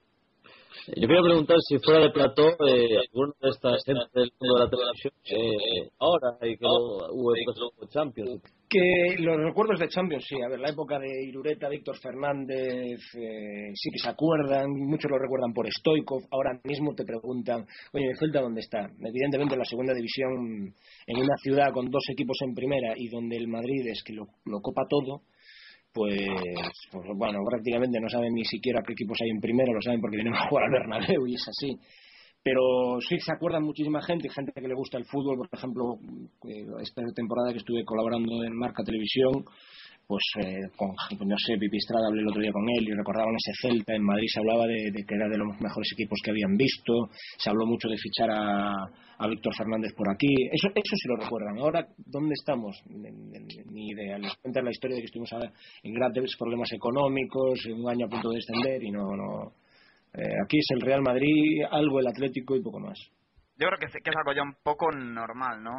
Yo quería preguntar si fuera de plató alguno de estas gente del mundo de la televisión ahora y que hubo otros Champions. Que los recuerdos de Champions, sí, a ver, la época de Irureta, Víctor Fernández, sí que se acuerdan, muchos lo recuerdan por Stoikov. Ahora mismo te preguntan, oye, ¿el Celta dónde está? Evidentemente en la segunda división, en una ciudad con 2 equipos en primera y donde el Madrid es que lo copa todo, pues bueno, prácticamente no saben ni siquiera qué equipos hay en primera, lo saben porque vienen a jugar al Bernabéu y es así. Pero sí se acuerdan muchísima gente que le gusta el fútbol. Por ejemplo, esta temporada que estuve colaborando en Marca Televisión, pues con, no sé, Pipistrada, hablé el otro día con él y recordaban ese Celta. En Madrid se hablaba de que era de los mejores equipos que habían visto. Se habló mucho de fichar a Víctor Fernández por aquí. Eso sí lo recuerdan. Ahora, ¿dónde estamos? Ni idea. Les cuentan la historia de que estuvimos en grandes problemas económicos, un año a punto de descender y no. Aquí es el Real Madrid, algo el Atlético y poco más. Yo creo que es algo ya un poco normal, ¿no?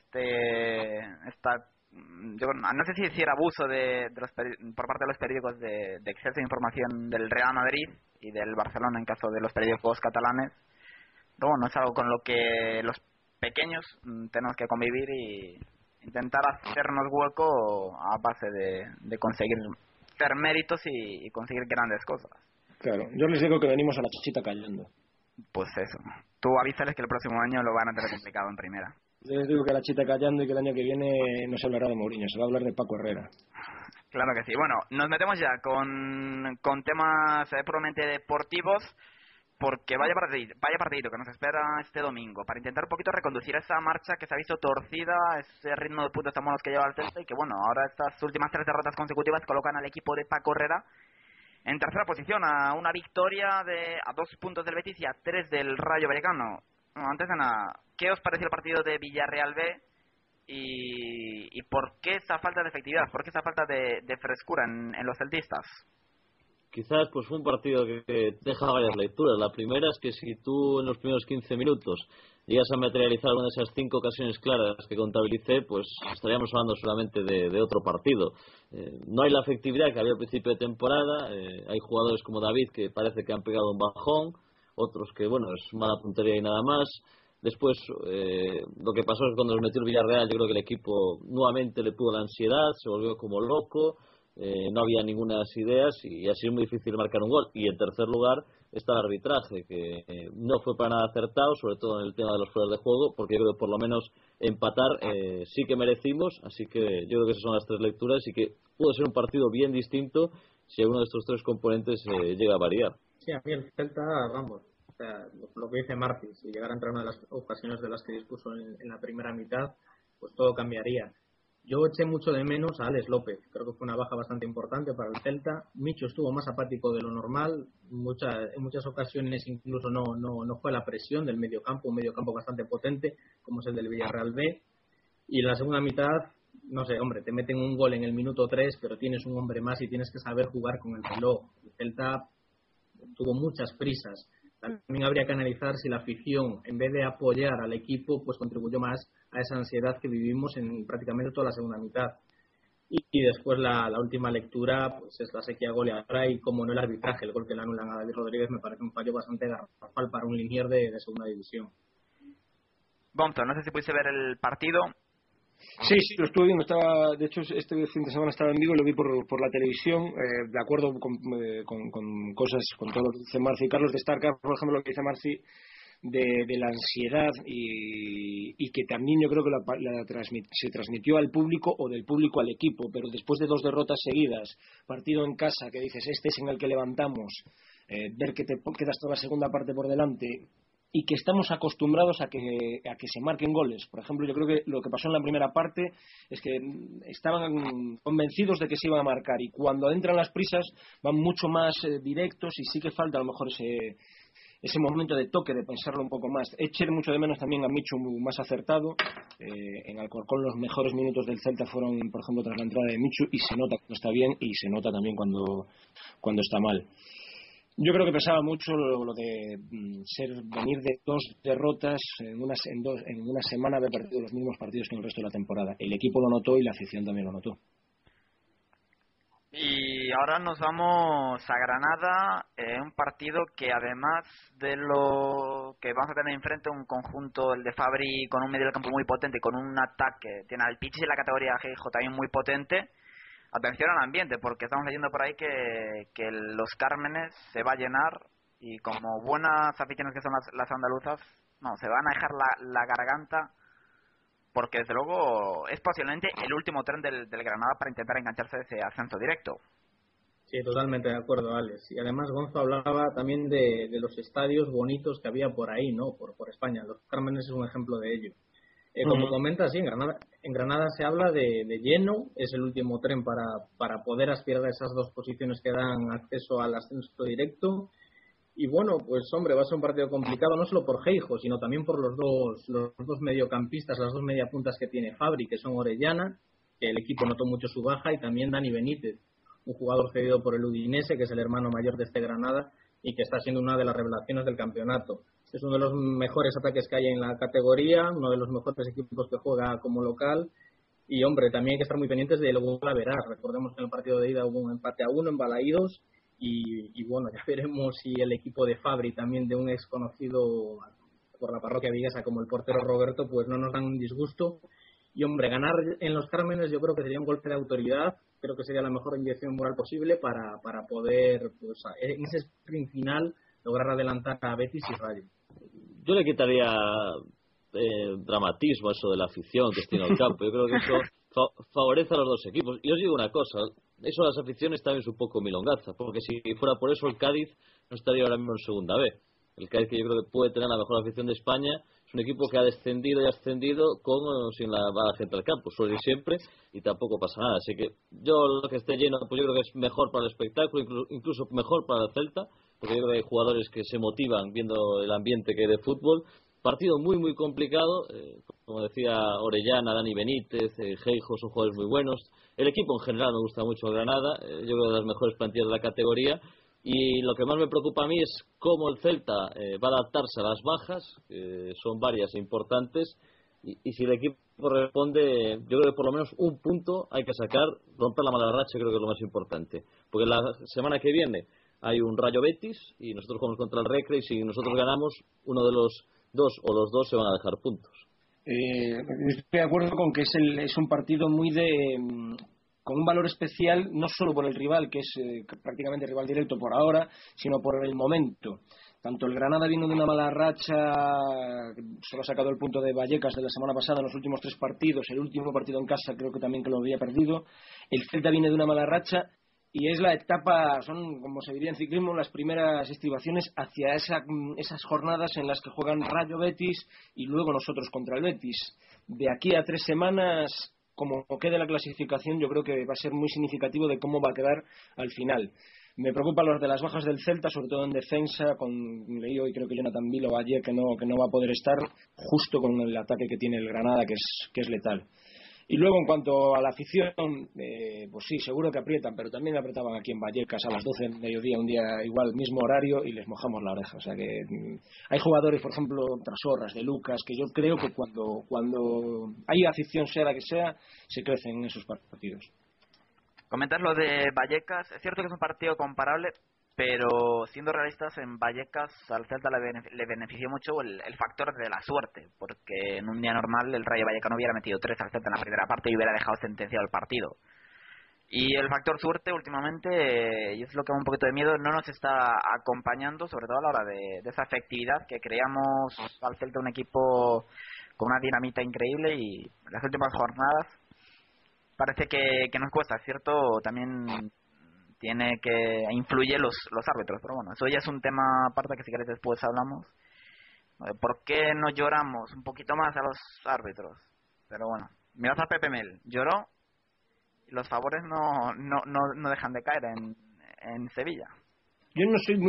No sé si hiciera abuso por parte de los periódicos de exceso de información del Real Madrid y del Barcelona en caso de los periódicos catalanes. Pero bueno, es algo con lo que los pequeños tenemos que convivir y intentar hacernos hueco a base de conseguir hacer méritos y conseguir grandes cosas. Claro, yo les digo que venimos a la chichita callando. Pues eso. Tú avísales que el próximo año lo van a tener complicado en primera. Yo les digo que la chita callando y que el año que viene no se hablará de Mourinho, se va a hablar de Paco Herrera. Claro que sí. Bueno, nos metemos ya con temas puramente deportivos, porque vaya partidito que nos espera este domingo, para intentar un poquito reconducir esa marcha que se ha visto torcida, ese ritmo de puntos tan buenos que lleva el Celta, y que bueno, ahora estas últimas 3 derrotas consecutivas colocan al equipo de Paco Herrera en tercera posición, a una victoria a 2 puntos del Betis y a 3 del Rayo Vallecano. Bueno, antes de nada, ¿qué os pareció el partido de Villarreal B? ¿Y por qué esa falta de efectividad? ¿Por qué esa falta de frescura en los celtistas? Quizás pues fue un partido que deja varias lecturas. La primera es que si tú en los primeros 15 minutos llegas a materializar una de esas 5 ocasiones claras que contabilicé, pues estaríamos hablando solamente de otro partido. No hay la efectividad que había al principio de temporada. Hay jugadores como David que parece que han pegado un bajón, otros que bueno, es mala puntería y nada más. Después lo que pasó es que cuando nos metió el Villarreal, yo creo que el equipo nuevamente le pudo la ansiedad, se volvió como loco. No había ninguna ideas y ha sido muy difícil marcar un gol. Y en tercer lugar está el arbitraje, que no fue para nada acertado, sobre todo en el tema de los fueras de juego, porque yo creo que por lo menos empatar sí que merecimos. Así que yo creo que esas son las 3 lecturas y que puede ser un partido bien distinto si alguno de estos 3 componentes llega a variar. Sí, a mí el Celta, vamos, o sea, lo que dice Martí, si llegara a entrar una de las ocasiones de las que dispuso en la primera mitad, pues todo cambiaría. Yo eché mucho de menos a Alex López, creo que fue una baja bastante importante para el Celta. Micho estuvo más apático de lo normal, en muchas ocasiones incluso no fue la presión del mediocampo, un mediocampo bastante potente como es el del Villarreal B. Y en la segunda mitad, no sé, hombre, te meten un gol en el minuto 3, pero tienes un hombre más y tienes que saber jugar con el reloj. El Celta tuvo muchas prisas. También habría que analizar si la afición, en vez de apoyar al equipo, pues contribuyó más a esa ansiedad que vivimos en prácticamente toda la segunda mitad. Y después la última lectura pues es la sequía goleadora y, como no, el arbitraje. El gol que le anulan a David Rodríguez me parece un fallo bastante garrafal para un linier de segunda división. Gonzo, no sé si pudiste ver el partido. Sí, lo estuve viendo. De hecho, este fin de semana estaba en vivo y lo vi por la televisión, de acuerdo con cosas, con todo lo que dice Marci y Carlos. Destacar, por ejemplo, lo que dice Marci de la ansiedad y que también yo creo que se transmitió al público o del público al equipo, pero después de 2 derrotas seguidas, partido en casa que dices este es en el que levantamos, ver que te quedas toda la segunda parte por delante y que estamos acostumbrados a que se marquen goles. Por ejemplo, yo creo que lo que pasó en la primera parte es que estaban convencidos de que se iba a marcar y cuando entran las prisas van mucho más directos y sí que falta a lo mejor ese momento de toque, de pensarlo un poco más. Eché mucho de menos también a Michu más acertado. En Alcorcón los mejores minutos del Celta fueron, por ejemplo, tras la entrada de Michu, y se nota cuando está bien y se nota también cuando está mal. Yo creo que pesaba mucho lo de venir de 2 derrotas en una semana, haber perdido los mismos partidos que en el resto de la temporada. El equipo lo notó y la afición también lo notó. Y ahora nos vamos a Granada, un partido que además de lo que vamos a tener enfrente, un conjunto, el de Fabri, con un medio del campo muy potente, con un ataque, tiene al Pichis en la categoría GJ también muy potente. Atención al ambiente, porque estamos leyendo por ahí que los Cármenes se va a llenar y como buenas aficiones que son las andaluzas, no, se van a dejar la garganta porque desde luego es posiblemente el último tren del Granada para intentar engancharse de ese ascenso directo. Sí, totalmente de acuerdo, Alex. Y además Gonzo hablaba también de los estadios bonitos que había por ahí, ¿no? Por España. Los Cármenes es un ejemplo de ello. Como comenta, sí, en Granada se habla de lleno, es el último tren para poder aspirar a esas dos posiciones que dan acceso al ascenso directo. Y bueno, pues hombre, va a ser un partido complicado no solo por Geijo, sino también por los dos mediocampistas, las dos mediapuntas que tiene Fabri, que son Orellana, que el equipo notó mucho su baja, y también Dani Benítez, un jugador cedido por el Udinese, que es el hermano mayor de este Granada y que está siendo una de las revelaciones del campeonato. Es uno de los mejores ataques que hay en la categoría, uno de los mejores equipos que juega como local. Y hombre, también hay que estar muy pendientes del gol a verar. Recordemos que en el partido de ida hubo un empate a 1 en Balaídos. Y bueno, ya veremos si el equipo de Fabri, también de un ex conocido por la parroquia viguesa como el portero Roberto, pues no nos dan un disgusto. Y hombre, ganar en los Cármenes yo creo que sería un golpe de autoridad. Creo que sería la mejor inyección moral posible para poder, pues, en ese sprint final, lograr adelantar a Betis y Rayo. Yo le quitaría dramatismo a eso de la afición que tiene al campo. Yo creo que eso favorece a los dos equipos. Y os digo una cosa, eso de las aficiones también es un poco milongaza, porque si fuera por eso el Cádiz no estaría ahora mismo en segunda B. El Cádiz, que yo creo que puede tener la mejor afición de España, es un equipo que ha descendido y ascendido con o sin la gente al campo, suele ir siempre y tampoco pasa nada. Así que yo lo que esté lleno, pues yo creo que es mejor para el espectáculo, incluso mejor para el Celta, porque yo creo que hay jugadores que se motivan viendo el ambiente que hay de fútbol. Partido muy muy complicado, como decía Orellana, Dani Benítez, Geijo, son jugadores muy buenos. El equipo en general me gusta mucho Granada, yo creo de las mejores plantillas de la categoría. Y lo que más me preocupa a mí es cómo el Celta va a adaptarse a las bajas, que son varias e importantes, y si el equipo responde, yo creo que por lo menos un punto hay que sacar, romper la mala racha, creo que es lo más importante. Porque la semana que viene hay un Rayo Betis y nosotros jugamos contra el Recre, y si nosotros ganamos, uno de los dos o los dos se van a dejar puntos. Estoy de acuerdo con que es un partido muy con un valor especial, no solo por el rival, que es prácticamente rival directo por ahora, sino por el momento. Tanto el Granada vino de una mala racha, solo ha sacado el punto de Vallecas de la semana pasada en los últimos 3 partidos, el último partido en casa creo que también que lo había perdido. El Celta viene de una mala racha y es la etapa, son, como se diría en ciclismo, las primeras estribaciones hacia esas jornadas en las que juegan Rayo Betis y luego nosotros contra el Betis. De aquí a 3 semanas, como quede la clasificación, yo creo que va a ser muy significativo de cómo va a quedar al final. Me preocupan los de las bajas del Celta, sobre todo en defensa, leí hoy creo que Jonathan Vilo ayer que no va a poder estar, justo con el ataque que tiene el Granada, que es letal. Y luego en cuanto a la afición, pues sí, seguro que aprietan, pero también apretaban aquí en Vallecas a las 12 del mediodía, un día igual, mismo horario, y les mojamos la oreja. O sea que hay jugadores, por ejemplo, Trasorras, de Lucas, que yo creo que cuando hay afición, sea la que sea, se crecen en esos partidos. Comentas lo de Vallecas, es cierto que es un partido comparable, pero siendo realistas, en Vallecas al Celta le benefició mucho el factor de la suerte, porque en un día normal el Rayo Vallecano hubiera metido 3 al Celta en la primera parte y hubiera dejado sentenciado el partido. Y el factor suerte últimamente, y es lo que da un poquito de miedo, no nos está acompañando, sobre todo a la hora de esa efectividad que creíamos al Celta un equipo con una dinamita increíble, y las últimas jornadas parece que nos cuesta, ¿cierto? También influye los árbitros, pero bueno, eso ya es un tema aparte que si queréis después hablamos. ¿Por qué no lloramos un poquito más a los árbitros? Pero bueno, mirad a Pepe Mel, lloró y los favores no dejan de caer en Sevilla. Yo no soy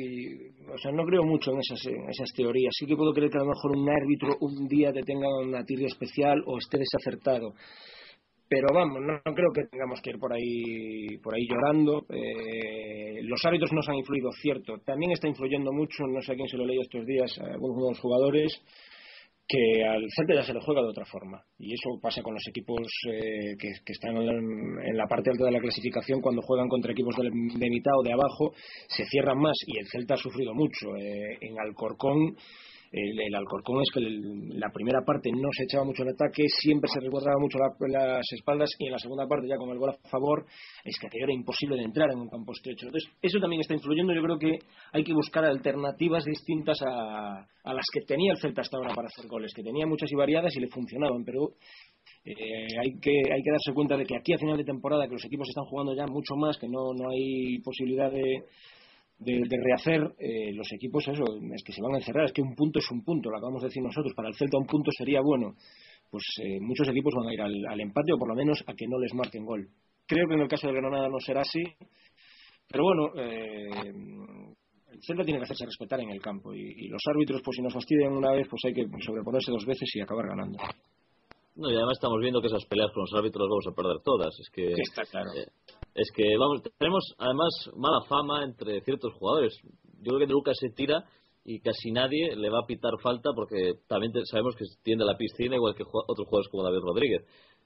no creo mucho en esas teorías. Sí que puedo creer que a lo mejor un árbitro un día te tenga una tirria especial o esté desacertado. Pero vamos, no creo que tengamos que ir por ahí llorando. Los árbitros nos han influido, cierto. También está influyendo mucho, no sé a quién se lo leí estos días, a algunos de los jugadores, que al Celta ya se le juega de otra forma. Y eso pasa con los equipos que están en la parte alta de la clasificación. Cuando juegan contra equipos de mitad o de abajo, se cierran más. Y el Celta ha sufrido mucho. En Alcorcón el Alcorcón es que la primera parte no se echaba mucho el ataque, siempre se resguardaba mucho las espaldas, y en la segunda parte, ya con el gol a favor, es que aquello era imposible de entrar en un campo estrecho. Entonces, eso también está influyendo. Yo creo que hay que buscar alternativas distintas a las que tenía el Celta hasta ahora para hacer goles, que tenía muchas y variadas y le funcionaban, pero hay que darse cuenta de que aquí a final de temporada, que los equipos están jugando ya mucho más, que no hay posibilidad de rehacer, los equipos, eso es que se van a encerrar. Es que un punto es un punto, lo acabamos de decir nosotros. Para el Celta un punto sería bueno. Pues muchos equipos van a ir al empate, o por lo menos a que no les marquen gol. Creo que en el caso de Granada no será así, pero bueno, el Celta tiene que hacerse respetar en el campo, y los árbitros, pues si nos fastidian una vez, pues hay que sobreponerse 2 veces y acabar ganando. No, y además estamos viendo que esas peleas con los árbitros las vamos a perder todas. Es que sí, está claro. Es que tenemos además mala fama entre ciertos jugadores. Yo creo que Lucas se tira y casi nadie le va a pitar falta, porque también sabemos que tiende a la piscina, igual que otros jugadores como David Rodríguez.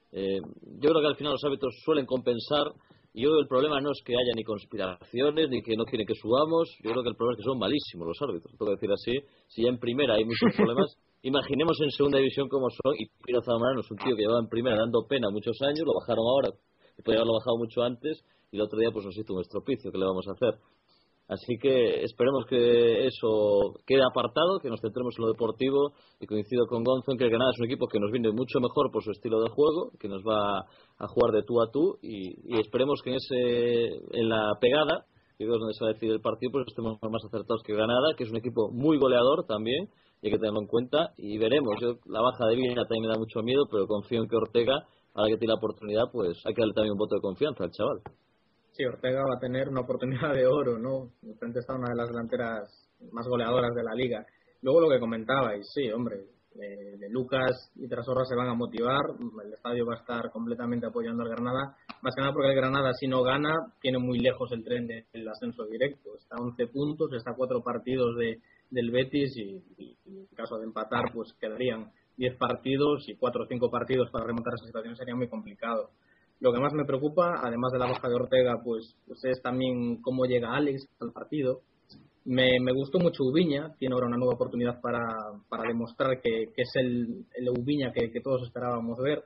Yo creo que al final los árbitros suelen compensar, y yo creo que el problema no es que haya ni conspiraciones ni que no quieren que subamos. Yo creo que el problema es que son malísimos los árbitros, tengo que decir así. Si ya en primera hay muchos problemas, imaginemos en segunda división cómo son. Y Pino Zamorano es un tío que llevaba en primera dando pena muchos años, lo bajaron ahora, y podía haberlo bajado mucho antes, y el otro día pues nos hizo un estropicio. ¿Qué le vamos a hacer? Así que esperemos que eso quede apartado, que nos centremos en lo deportivo, y coincido con Gonzo en que el Granada es un equipo que nos viene mucho mejor por su estilo de juego, que nos va a jugar de tú a tú, y esperemos que en la pegada, que es donde se va a decidir el partido, pues estemos más acertados que Granada, que es un equipo muy goleador también, y hay que tenerlo en cuenta, y veremos. La baja de Villa también me da mucho miedo, pero confío en que Ortega, ahora que tiene la oportunidad, pues hay que darle también un voto de confianza al chaval. Sí, Ortega va a tener una oportunidad de oro, ¿no? De frente está una de las delanteras más goleadoras de la liga. Luego lo que comentabais, sí, hombre, de Lucas y Trasorra se van a motivar, el estadio va a estar completamente apoyando al Granada, más que nada porque el Granada, si no gana, tiene muy lejos el tren del ascenso directo. Está a 11 puntos, está a 4 partidos del Betis, y en caso de empatar, pues quedarían 10 partidos, y 4 o 5 partidos para remontar esa situación sería muy complicado. Lo que más me preocupa, además de la baja de Ortega, pues es también cómo llega Alex al partido. Me gustó mucho Ubiña, tiene ahora una nueva oportunidad para demostrar que es el Ubiña que todos esperábamos ver.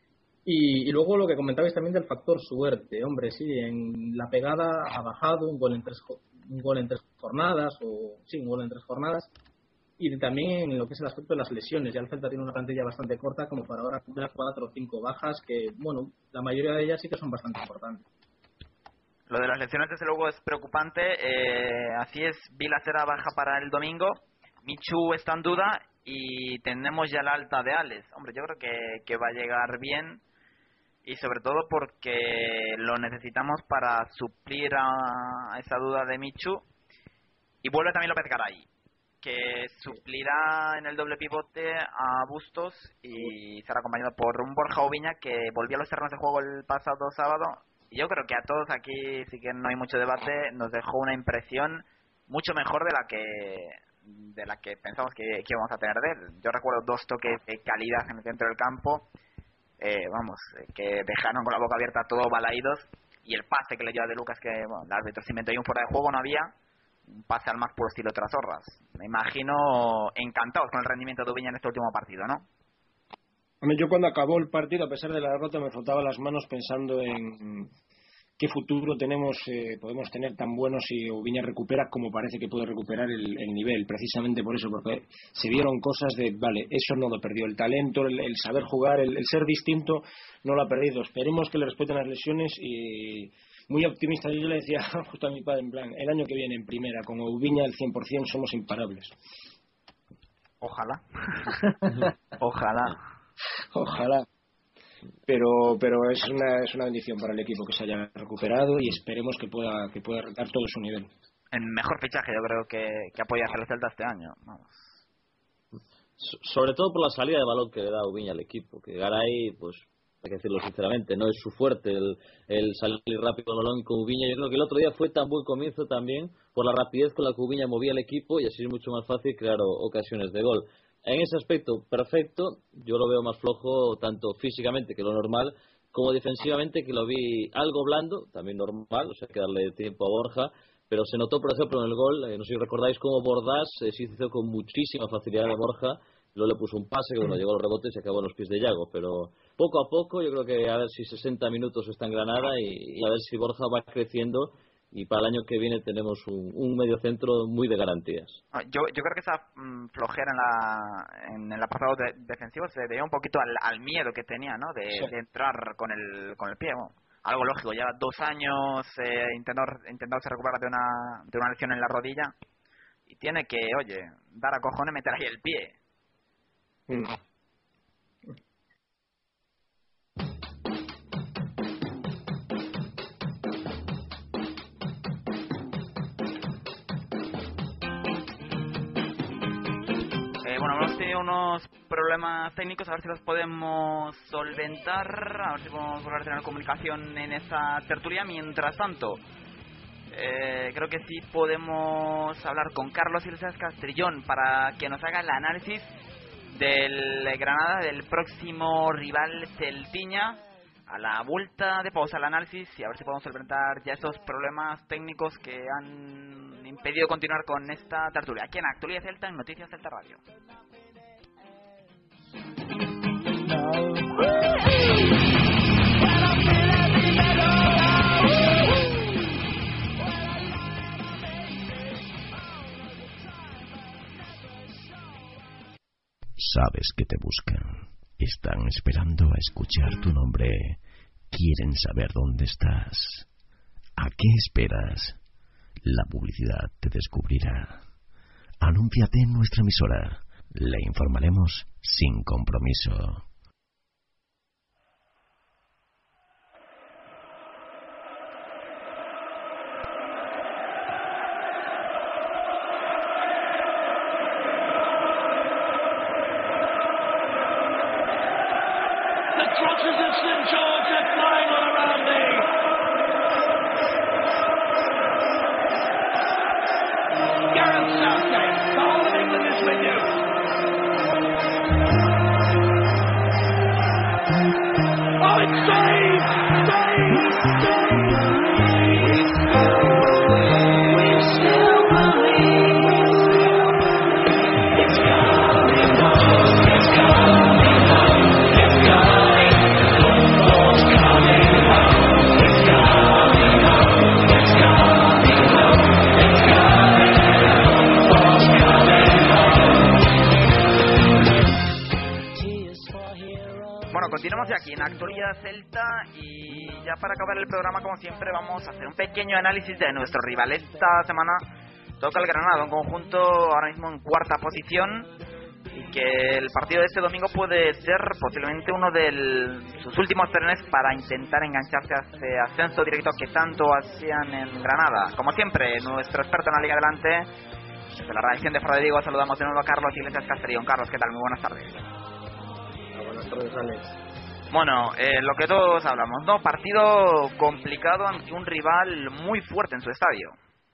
Y luego lo que comentabais también del factor suerte. Hombre, sí, en la pegada ha bajado un gol en tres jornadas, un gol en 3 jornadas. Y también en lo que es el aspecto de las lesiones. Ya el Celta tiene una plantilla bastante corta como para ahora cumplir 4 o 5 bajas, que, bueno, la mayoría de ellas sí que son bastante importantes. Lo de las lesiones, desde luego, es preocupante. Así es, Vila será baja para el domingo, Michu está en duda, y tenemos ya la alta de Alex. Hombre, yo creo que va a llegar bien, y sobre todo porque lo necesitamos para suplir a esa duda de Michu. Y vuelve también López Garay, que suplirá en el doble pivote a Bustos, y será acompañado por un Borja Ubiña que volvió a los terrenos de juego el pasado sábado. Y yo creo que a todos aquí, sí que no hay mucho debate, nos dejó una impresión mucho mejor de la que pensamos que íbamos a tener de él. Yo recuerdo 2 toques de calidad en el centro del campo, que dejaron con la boca abierta a todos balaídos, y el pase que le dio a De Lucas, que el árbitro se inventó, y un fuera de juego no había, un pase al más puro estilo Trasorras. Me imagino encantados con el rendimiento de Ubiña en este último partido, ¿no? Yo cuando acabó el partido, a pesar de la derrota, me frotaba las manos pensando en qué futuro podemos tener tan bueno si Ubiña recupera como parece que puede recuperar el nivel, precisamente por eso, porque se vieron cosas de, vale, eso no lo perdió, el talento, el saber jugar, el ser distinto, no lo ha perdido. Esperemos que le respeten las lesiones, y muy optimista, yo le decía justo a mi padre, en plan, el año que viene en primera, con Ubiña al 100% somos imparables. Ojalá. Ojalá. Pero es una bendición para el equipo que se haya recuperado, y esperemos que pueda retar todo su nivel. El mejor fichaje, yo creo, que apoya a el Celta este año. Vamos. Sobre todo por la salida de balón que le da Ubiña al equipo, que Garay, pues hay que decirlo sinceramente, no es su fuerte el salir rápido al balón con Ubiña. Yo creo que el otro día fue tan buen comienzo también por la rapidez con la que Ubiña movía el equipo, y así es mucho más fácil crear ocasiones de gol. En ese aspecto, perfecto. Yo lo veo más flojo, tanto físicamente, que lo normal, como defensivamente, que lo vi algo blando, también normal, o sea, hay que darle tiempo a Borja. pero se notó, por ejemplo, en el gol, no sé si recordáis cómo Bordás se hizo con muchísima facilidad de Borja, luego le puso un pase que bueno, llegó a los rebotes y acabó en los pies de Yago, pero poco a poco yo creo que a ver si 60 minutos está en Granada y a ver si Borja va creciendo y para el año que viene tenemos un mediocentro muy de garantías. Yo creo que esa flojera en el apartado defensivo se debe un poquito al miedo que tenía, ¿no? De entrar con el pie. Bueno, algo lógico, lleva 2 años intentándose recuperar de una lesión en la rodilla y tiene que, oye, dar a cojones, meter ahí el pie. Bueno, hemos tenido unos problemas técnicos, a ver si los podemos solventar, a ver si podemos volver a tener comunicación en esa tertulia. Mientras tanto, creo que sí podemos hablar con Carlos Iglesias Castrillón para que nos haga el análisis del Granada, del próximo rival Celtiña. A la vuelta de pausa el análisis y a ver si podemos solventar ya esos problemas técnicos que han impedido continuar con esta tertulia aquí en Actualidad Celta en Noticias Celta Radio. Sabes que te buscan. Están esperando a escuchar tu nombre. Quieren saber dónde estás. ¿A qué esperas? La publicidad te descubrirá. Anúnciate en nuestra emisora. Le informaremos sin compromiso. Continuamos ya aquí en Actualidad Celta y ya para acabar el programa, como siempre, vamos a hacer un pequeño análisis de nuestro rival. Esta semana toca el Granada, un conjunto ahora mismo en 4ª posición y que el partido de este domingo puede ser posiblemente uno de sus últimos trenes para intentar engancharse a ese ascenso directo que tanto hacían en Granada. Como siempre, nuestro experto en la Liga Adelante, desde la redacción de Fradedigo, saludamos de nuevo a Carlos Iglesias Castrillón. Carlos, ¿qué tal? Muy buenas tardes. Buenas tardes, Alex. Bueno, lo que todos hablamos, ¿no? Partido complicado ante un rival muy fuerte en su estadio.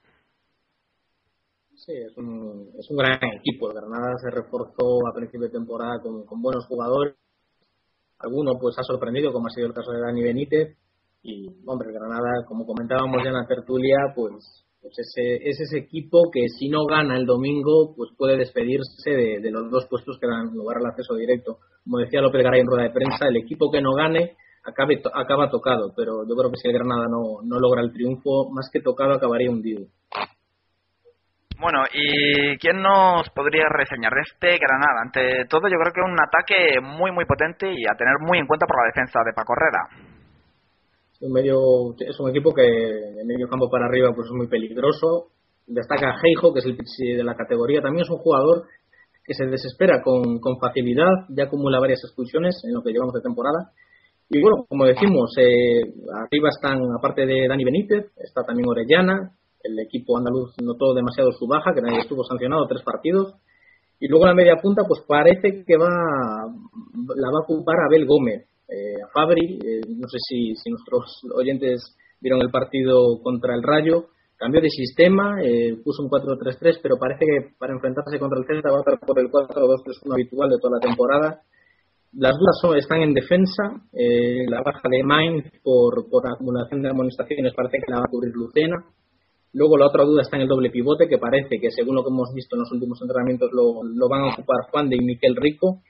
Sí, es un gran equipo. El Granada se reforzó a principio de temporada con buenos jugadores. Alguno pues ha sorprendido, como ha sido el caso de Dani Benítez. Y, hombre, el Granada, como comentábamos ya en la tertulia, pues es ese equipo que si no gana el domingo, pues puede despedirse de los 2 puestos que dan lugar al acceso directo. Como decía López Garay en rueda de prensa, el equipo que no gane acaba tocado, pero yo creo que si el Granada no logra el triunfo, más que tocado acabaría hundido. Bueno, ¿y quién nos podría reseñar de este Granada? Ante todo, yo creo que un ataque muy muy potente y a tener muy en cuenta por la defensa de Paco Herrera. Es un equipo que de medio campo para arriba pues es muy peligroso. Destaca Heijo, que es el pitch de la categoría. También es un jugador que se desespera con facilidad, ya acumula varias expulsiones en lo que llevamos de temporada. Y bueno, como decimos, arriba están, aparte de Dani Benítez, está también Orellana. El equipo andaluz notó demasiado su baja, que nadie estuvo sancionado 3 partidos. Y luego la media punta, pues parece que la va a ocupar Abel Gómez. A Fabri, no sé si nuestros oyentes vieron el partido contra el Rayo. Cambió de sistema, puso un 4-3-3, pero parece que para enfrentarse contra el Celta va a estar por el 4-2-3-1 habitual de toda la temporada. Las dudas están en defensa. La baja de Mainz por acumulación de amonestaciones parece que la va a cubrir Lucena. Luego la otra duda está en el doble pivote, que parece que según lo que hemos visto en los últimos entrenamientos lo van a ocupar Juan de y Miquel Rico.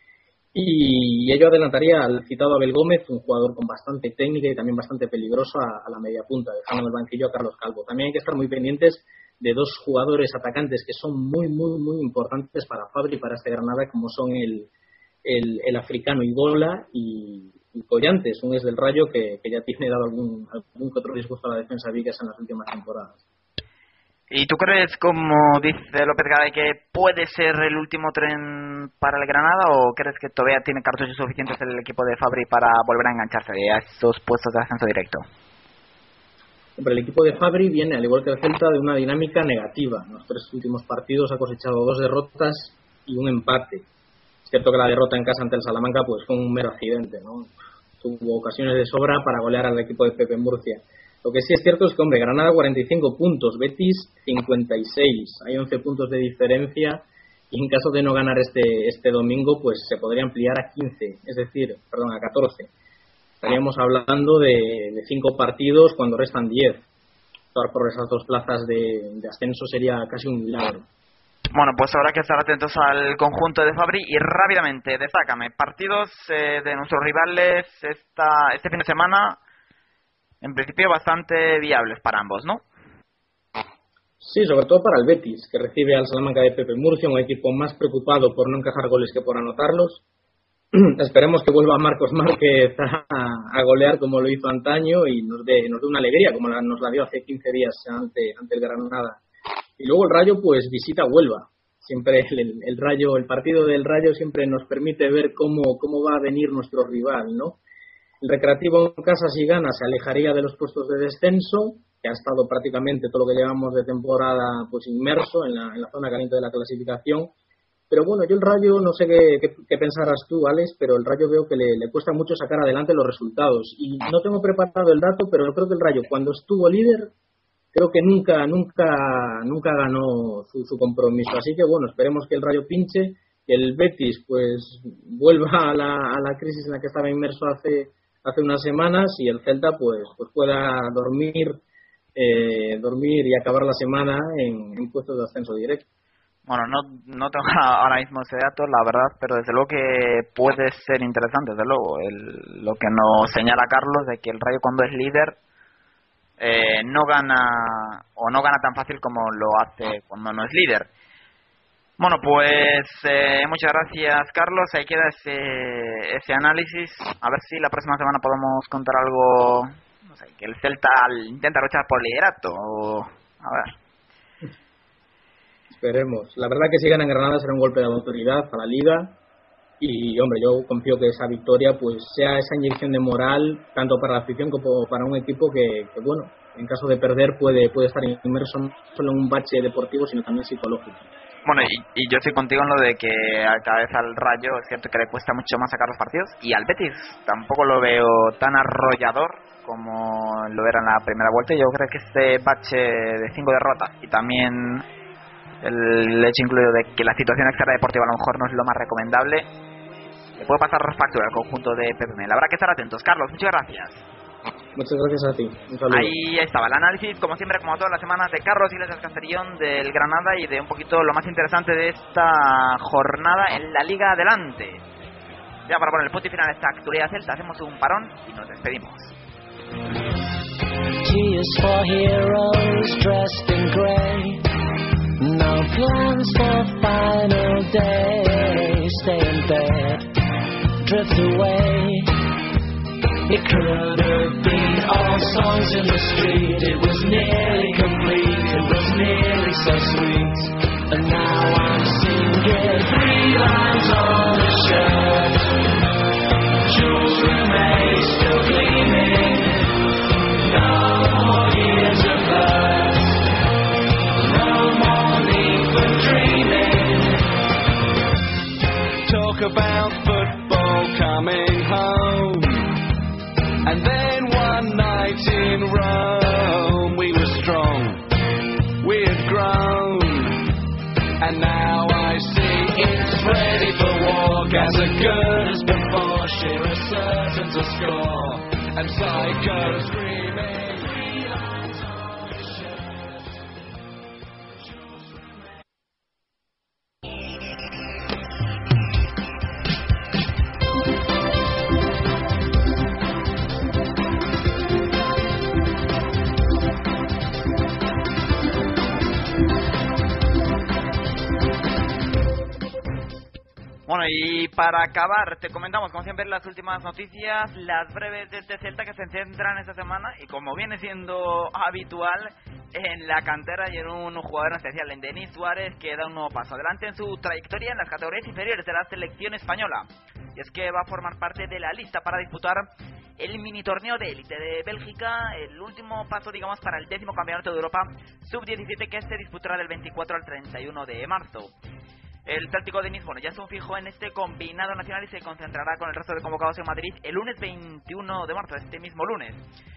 Y ello adelantaría al citado Abel Gómez, un jugador con bastante técnica y también bastante peligroso a la media punta, dejando en el banquillo a Carlos Calvo. También hay que estar muy pendientes de dos jugadores atacantes que son muy importantes para Fabri y para este Granada, como son el africano Igola y Collantes, un ex del Rayo que ya tiene dado algún que otro disgusto a la defensa viguesa en las últimas temporadas. ¿Y tú crees, como dice López Garay, que puede ser el último tren para el Granada, o crees que todavía tiene cartuchos suficientes el equipo de Fabri para volver a engancharse a esos puestos de ascenso directo? Hombre, el equipo de Fabri viene, al igual que el Celta, de una dinámica negativa. En los 3 últimos partidos ha cosechado 2 derrotas y un empate. Es cierto que la derrota en casa ante el Salamanca pues fue un mero accidente, ¿no? Tuvo ocasiones de sobra para golear al equipo de Pepe Murcia. Lo que sí es cierto es que, hombre, Granada 45 puntos, Betis 56. Hay 11 puntos de diferencia y en caso de no ganar este domingo, pues se podría ampliar a 15, es decir, perdón, a 14. Estaríamos hablando de 5 partidos cuando restan 10. Estar por esas 2 plazas de ascenso sería casi un milagro. Bueno, pues habrá que estar atentos al conjunto de Fabri y rápidamente, destácame, partidos de nuestros rivales este fin de semana, en principio bastante viables para ambos, ¿no? Sí, sobre todo para el Betis, que recibe al Salamanca de Pepe Murcia, un equipo más preocupado por no encajar goles que por anotarlos. Esperemos que vuelva Marcos Márquez a golear como lo hizo antaño y nos dé una alegría como nos la dio hace 15 días ante el Granada. Y luego el Rayo pues visita Huelva. Siempre el partido del Rayo siempre nos permite ver cómo va a venir nuestro rival, ¿no? El Recreativo en casa, si gana, se alejaría de los puestos de descenso, que ha estado prácticamente todo lo que llevamos de temporada pues inmerso en la zona caliente de la clasificación. Pero bueno, yo el Rayo, no sé qué pensarás tú, Alex, pero el Rayo veo que le cuesta mucho sacar adelante los resultados. Y no tengo preparado el dato, pero creo que el Rayo, cuando estuvo líder, creo que nunca ganó su compromiso. Así que bueno, esperemos que el Rayo pinche, que el Betis pues vuelva a la crisis en la que estaba inmerso hace unas semanas y el Celta pues pueda dormir y acabar la semana en puestos de ascenso directo. Bueno, no tengo ahora mismo ese dato, la verdad, pero desde luego que puede ser interesante, desde luego. Lo que nos señala Carlos de que el Rayo cuando es líder no gana tan fácil como lo hace cuando no es líder. Bueno, pues muchas gracias, Carlos. Ahí queda ese análisis. A ver si la próxima semana podemos contar algo, no sé, que el Celta intenta luchar por el liderato. A ver. Esperemos. La verdad que si ganan Granada será un golpe de autoridad a la Liga y, hombre, yo confío que esa victoria pues sea esa inyección de moral tanto para la afición como para un equipo que bueno, en caso de perder puede estar inmerso no solo en un bache deportivo sino también psicológico. Bueno, y yo estoy contigo en lo de que cada vez al Rayo es cierto que le cuesta mucho más sacar los partidos y al Betis tampoco lo veo tan arrollador como lo era en la primera vuelta. Yo creo que este bache de 5 derrotas y también el hecho incluido de que la situación extradeportiva a lo mejor no es lo más recomendable le puede pasar factura al conjunto de PPM. Habrá que estar atentos. Carlos, muchas gracias. Muchas gracias a ti. Un saludo. Ahí estaba el análisis, como siempre, como todas las semanas, de Carlos Iglesias Castellón del Granada y de un poquito lo más interesante de esta jornada en la Liga Adelante. Ya para poner el punto y final a esta actualidad celta, hacemos un parón y nos despedimos. Tears for heroes dressed in grey. No plans for final day. Stay in bed, drift away. It could have been all songs in the street. It was nearly complete. It was nearly so sweet. And now I'm singing 3 lines on the shirt. Jewelry may still gleaming. No more years of hurt. No more need for dreaming. Talk about football coming home. And then one night in Rome, we were strong, we had grown, and now I see it's ready for war. As good as before, Shearer certain to score, and Psycho screaming. Bueno, y para acabar, te comentamos, como siempre, las últimas noticias, las breves de este Celta, que se centran esta semana, y como viene siendo habitual, en la cantera y en un jugador especial, en Denis Suárez, que da un nuevo paso adelante en su trayectoria en las categorías inferiores de la selección española. Y es que va a formar parte de la lista para disputar el mini torneo de élite de Bélgica, el último paso, digamos, para el 10º campeonato de Europa sub-17, que se disputará del 24 al 31 de marzo. El táctico Denis, bueno, ya es un fijo en este combinado nacional y se concentrará con el resto de convocados en Madrid el lunes 21 de marzo, este mismo lunes,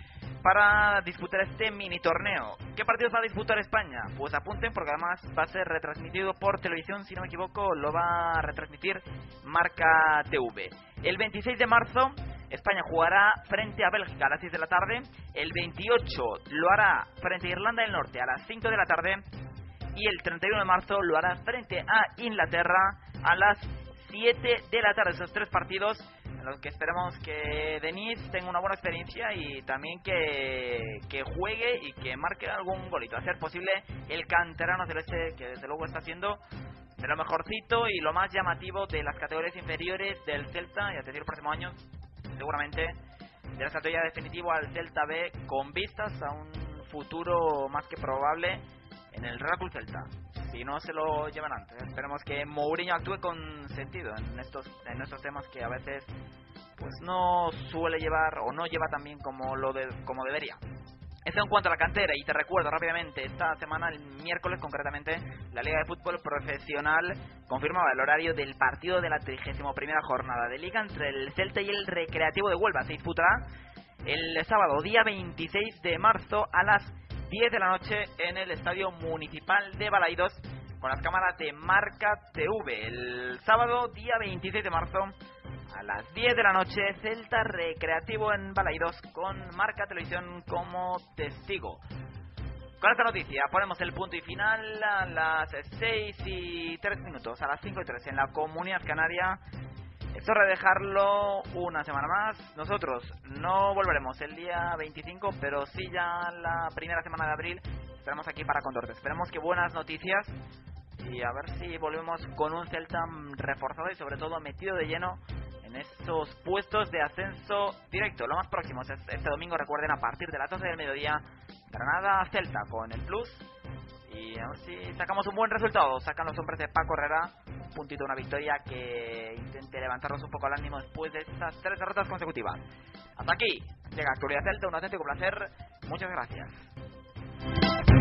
para disputar este mini torneo. ¿Qué partidos va a disputar España? Pues apunten, porque además va a ser retransmitido por televisión, si no me equivoco, lo va a retransmitir Marca TV. El 26 de marzo España jugará frente a Bélgica a las 6 de la tarde, el 28 lo hará frente a Irlanda del Norte a las 5 de la tarde, y el 31 de marzo lo hará frente a Inglaterra a las 7 de la tarde. Esos 3 partidos en los que esperemos que Denis tenga una buena experiencia y también que juegue y que marque algún golito. A ser posible, el canterano celeste, que desde luego está siendo de lo mejorcito y lo más llamativo de las categorías inferiores del Celta, y a decir el próximo año seguramente de la estrategia definitiva al Celta B, con vistas a un futuro más que probable en el Real Club Celta, si no se lo llevan antes. Esperemos que Mourinho actúe con sentido en estos temas que a veces pues no suele llevar o no lleva tan bien como debería. Eso en cuanto a la cantera, y te recuerdo rápidamente, esta semana, el miércoles concretamente, la Liga de Fútbol Profesional confirmaba el horario del partido de la 31ª jornada de Liga entre el Celta y el Recreativo de Huelva. Se disputará el sábado, día 26 de marzo, a las 10 de la noche en el Estadio Municipal de Balaidos, con las cámaras de Marca TV. El sábado, día 26 de marzo, a las 10 de la noche, Celta Recreativo en Balaidos, con Marca Televisión como testigo. Con esta noticia ponemos el punto y final a las 6:03, a las 5:03 en la Comunidad Canaria. Es hora de dejarlo una semana más. Nosotros no volveremos el día 25, pero sí ya la primera semana de abril estaremos aquí para contarte. Esperemos que buenas noticias y a ver si volvemos con un Celta reforzado y sobre todo metido de lleno en estos puestos de ascenso directo. Lo más próximo es este domingo, recuerden, a partir de las 12 del mediodía, Granada-Celta con el Plus. Y a ver si sacamos un buen resultado. Sacan los hombres de Paco Herrera un puntito, una victoria que intente levantarnos un poco el ánimo después de estas 3 derrotas consecutivas. Hasta aquí llega Actualidad Celta, un auténtico placer. Muchas gracias.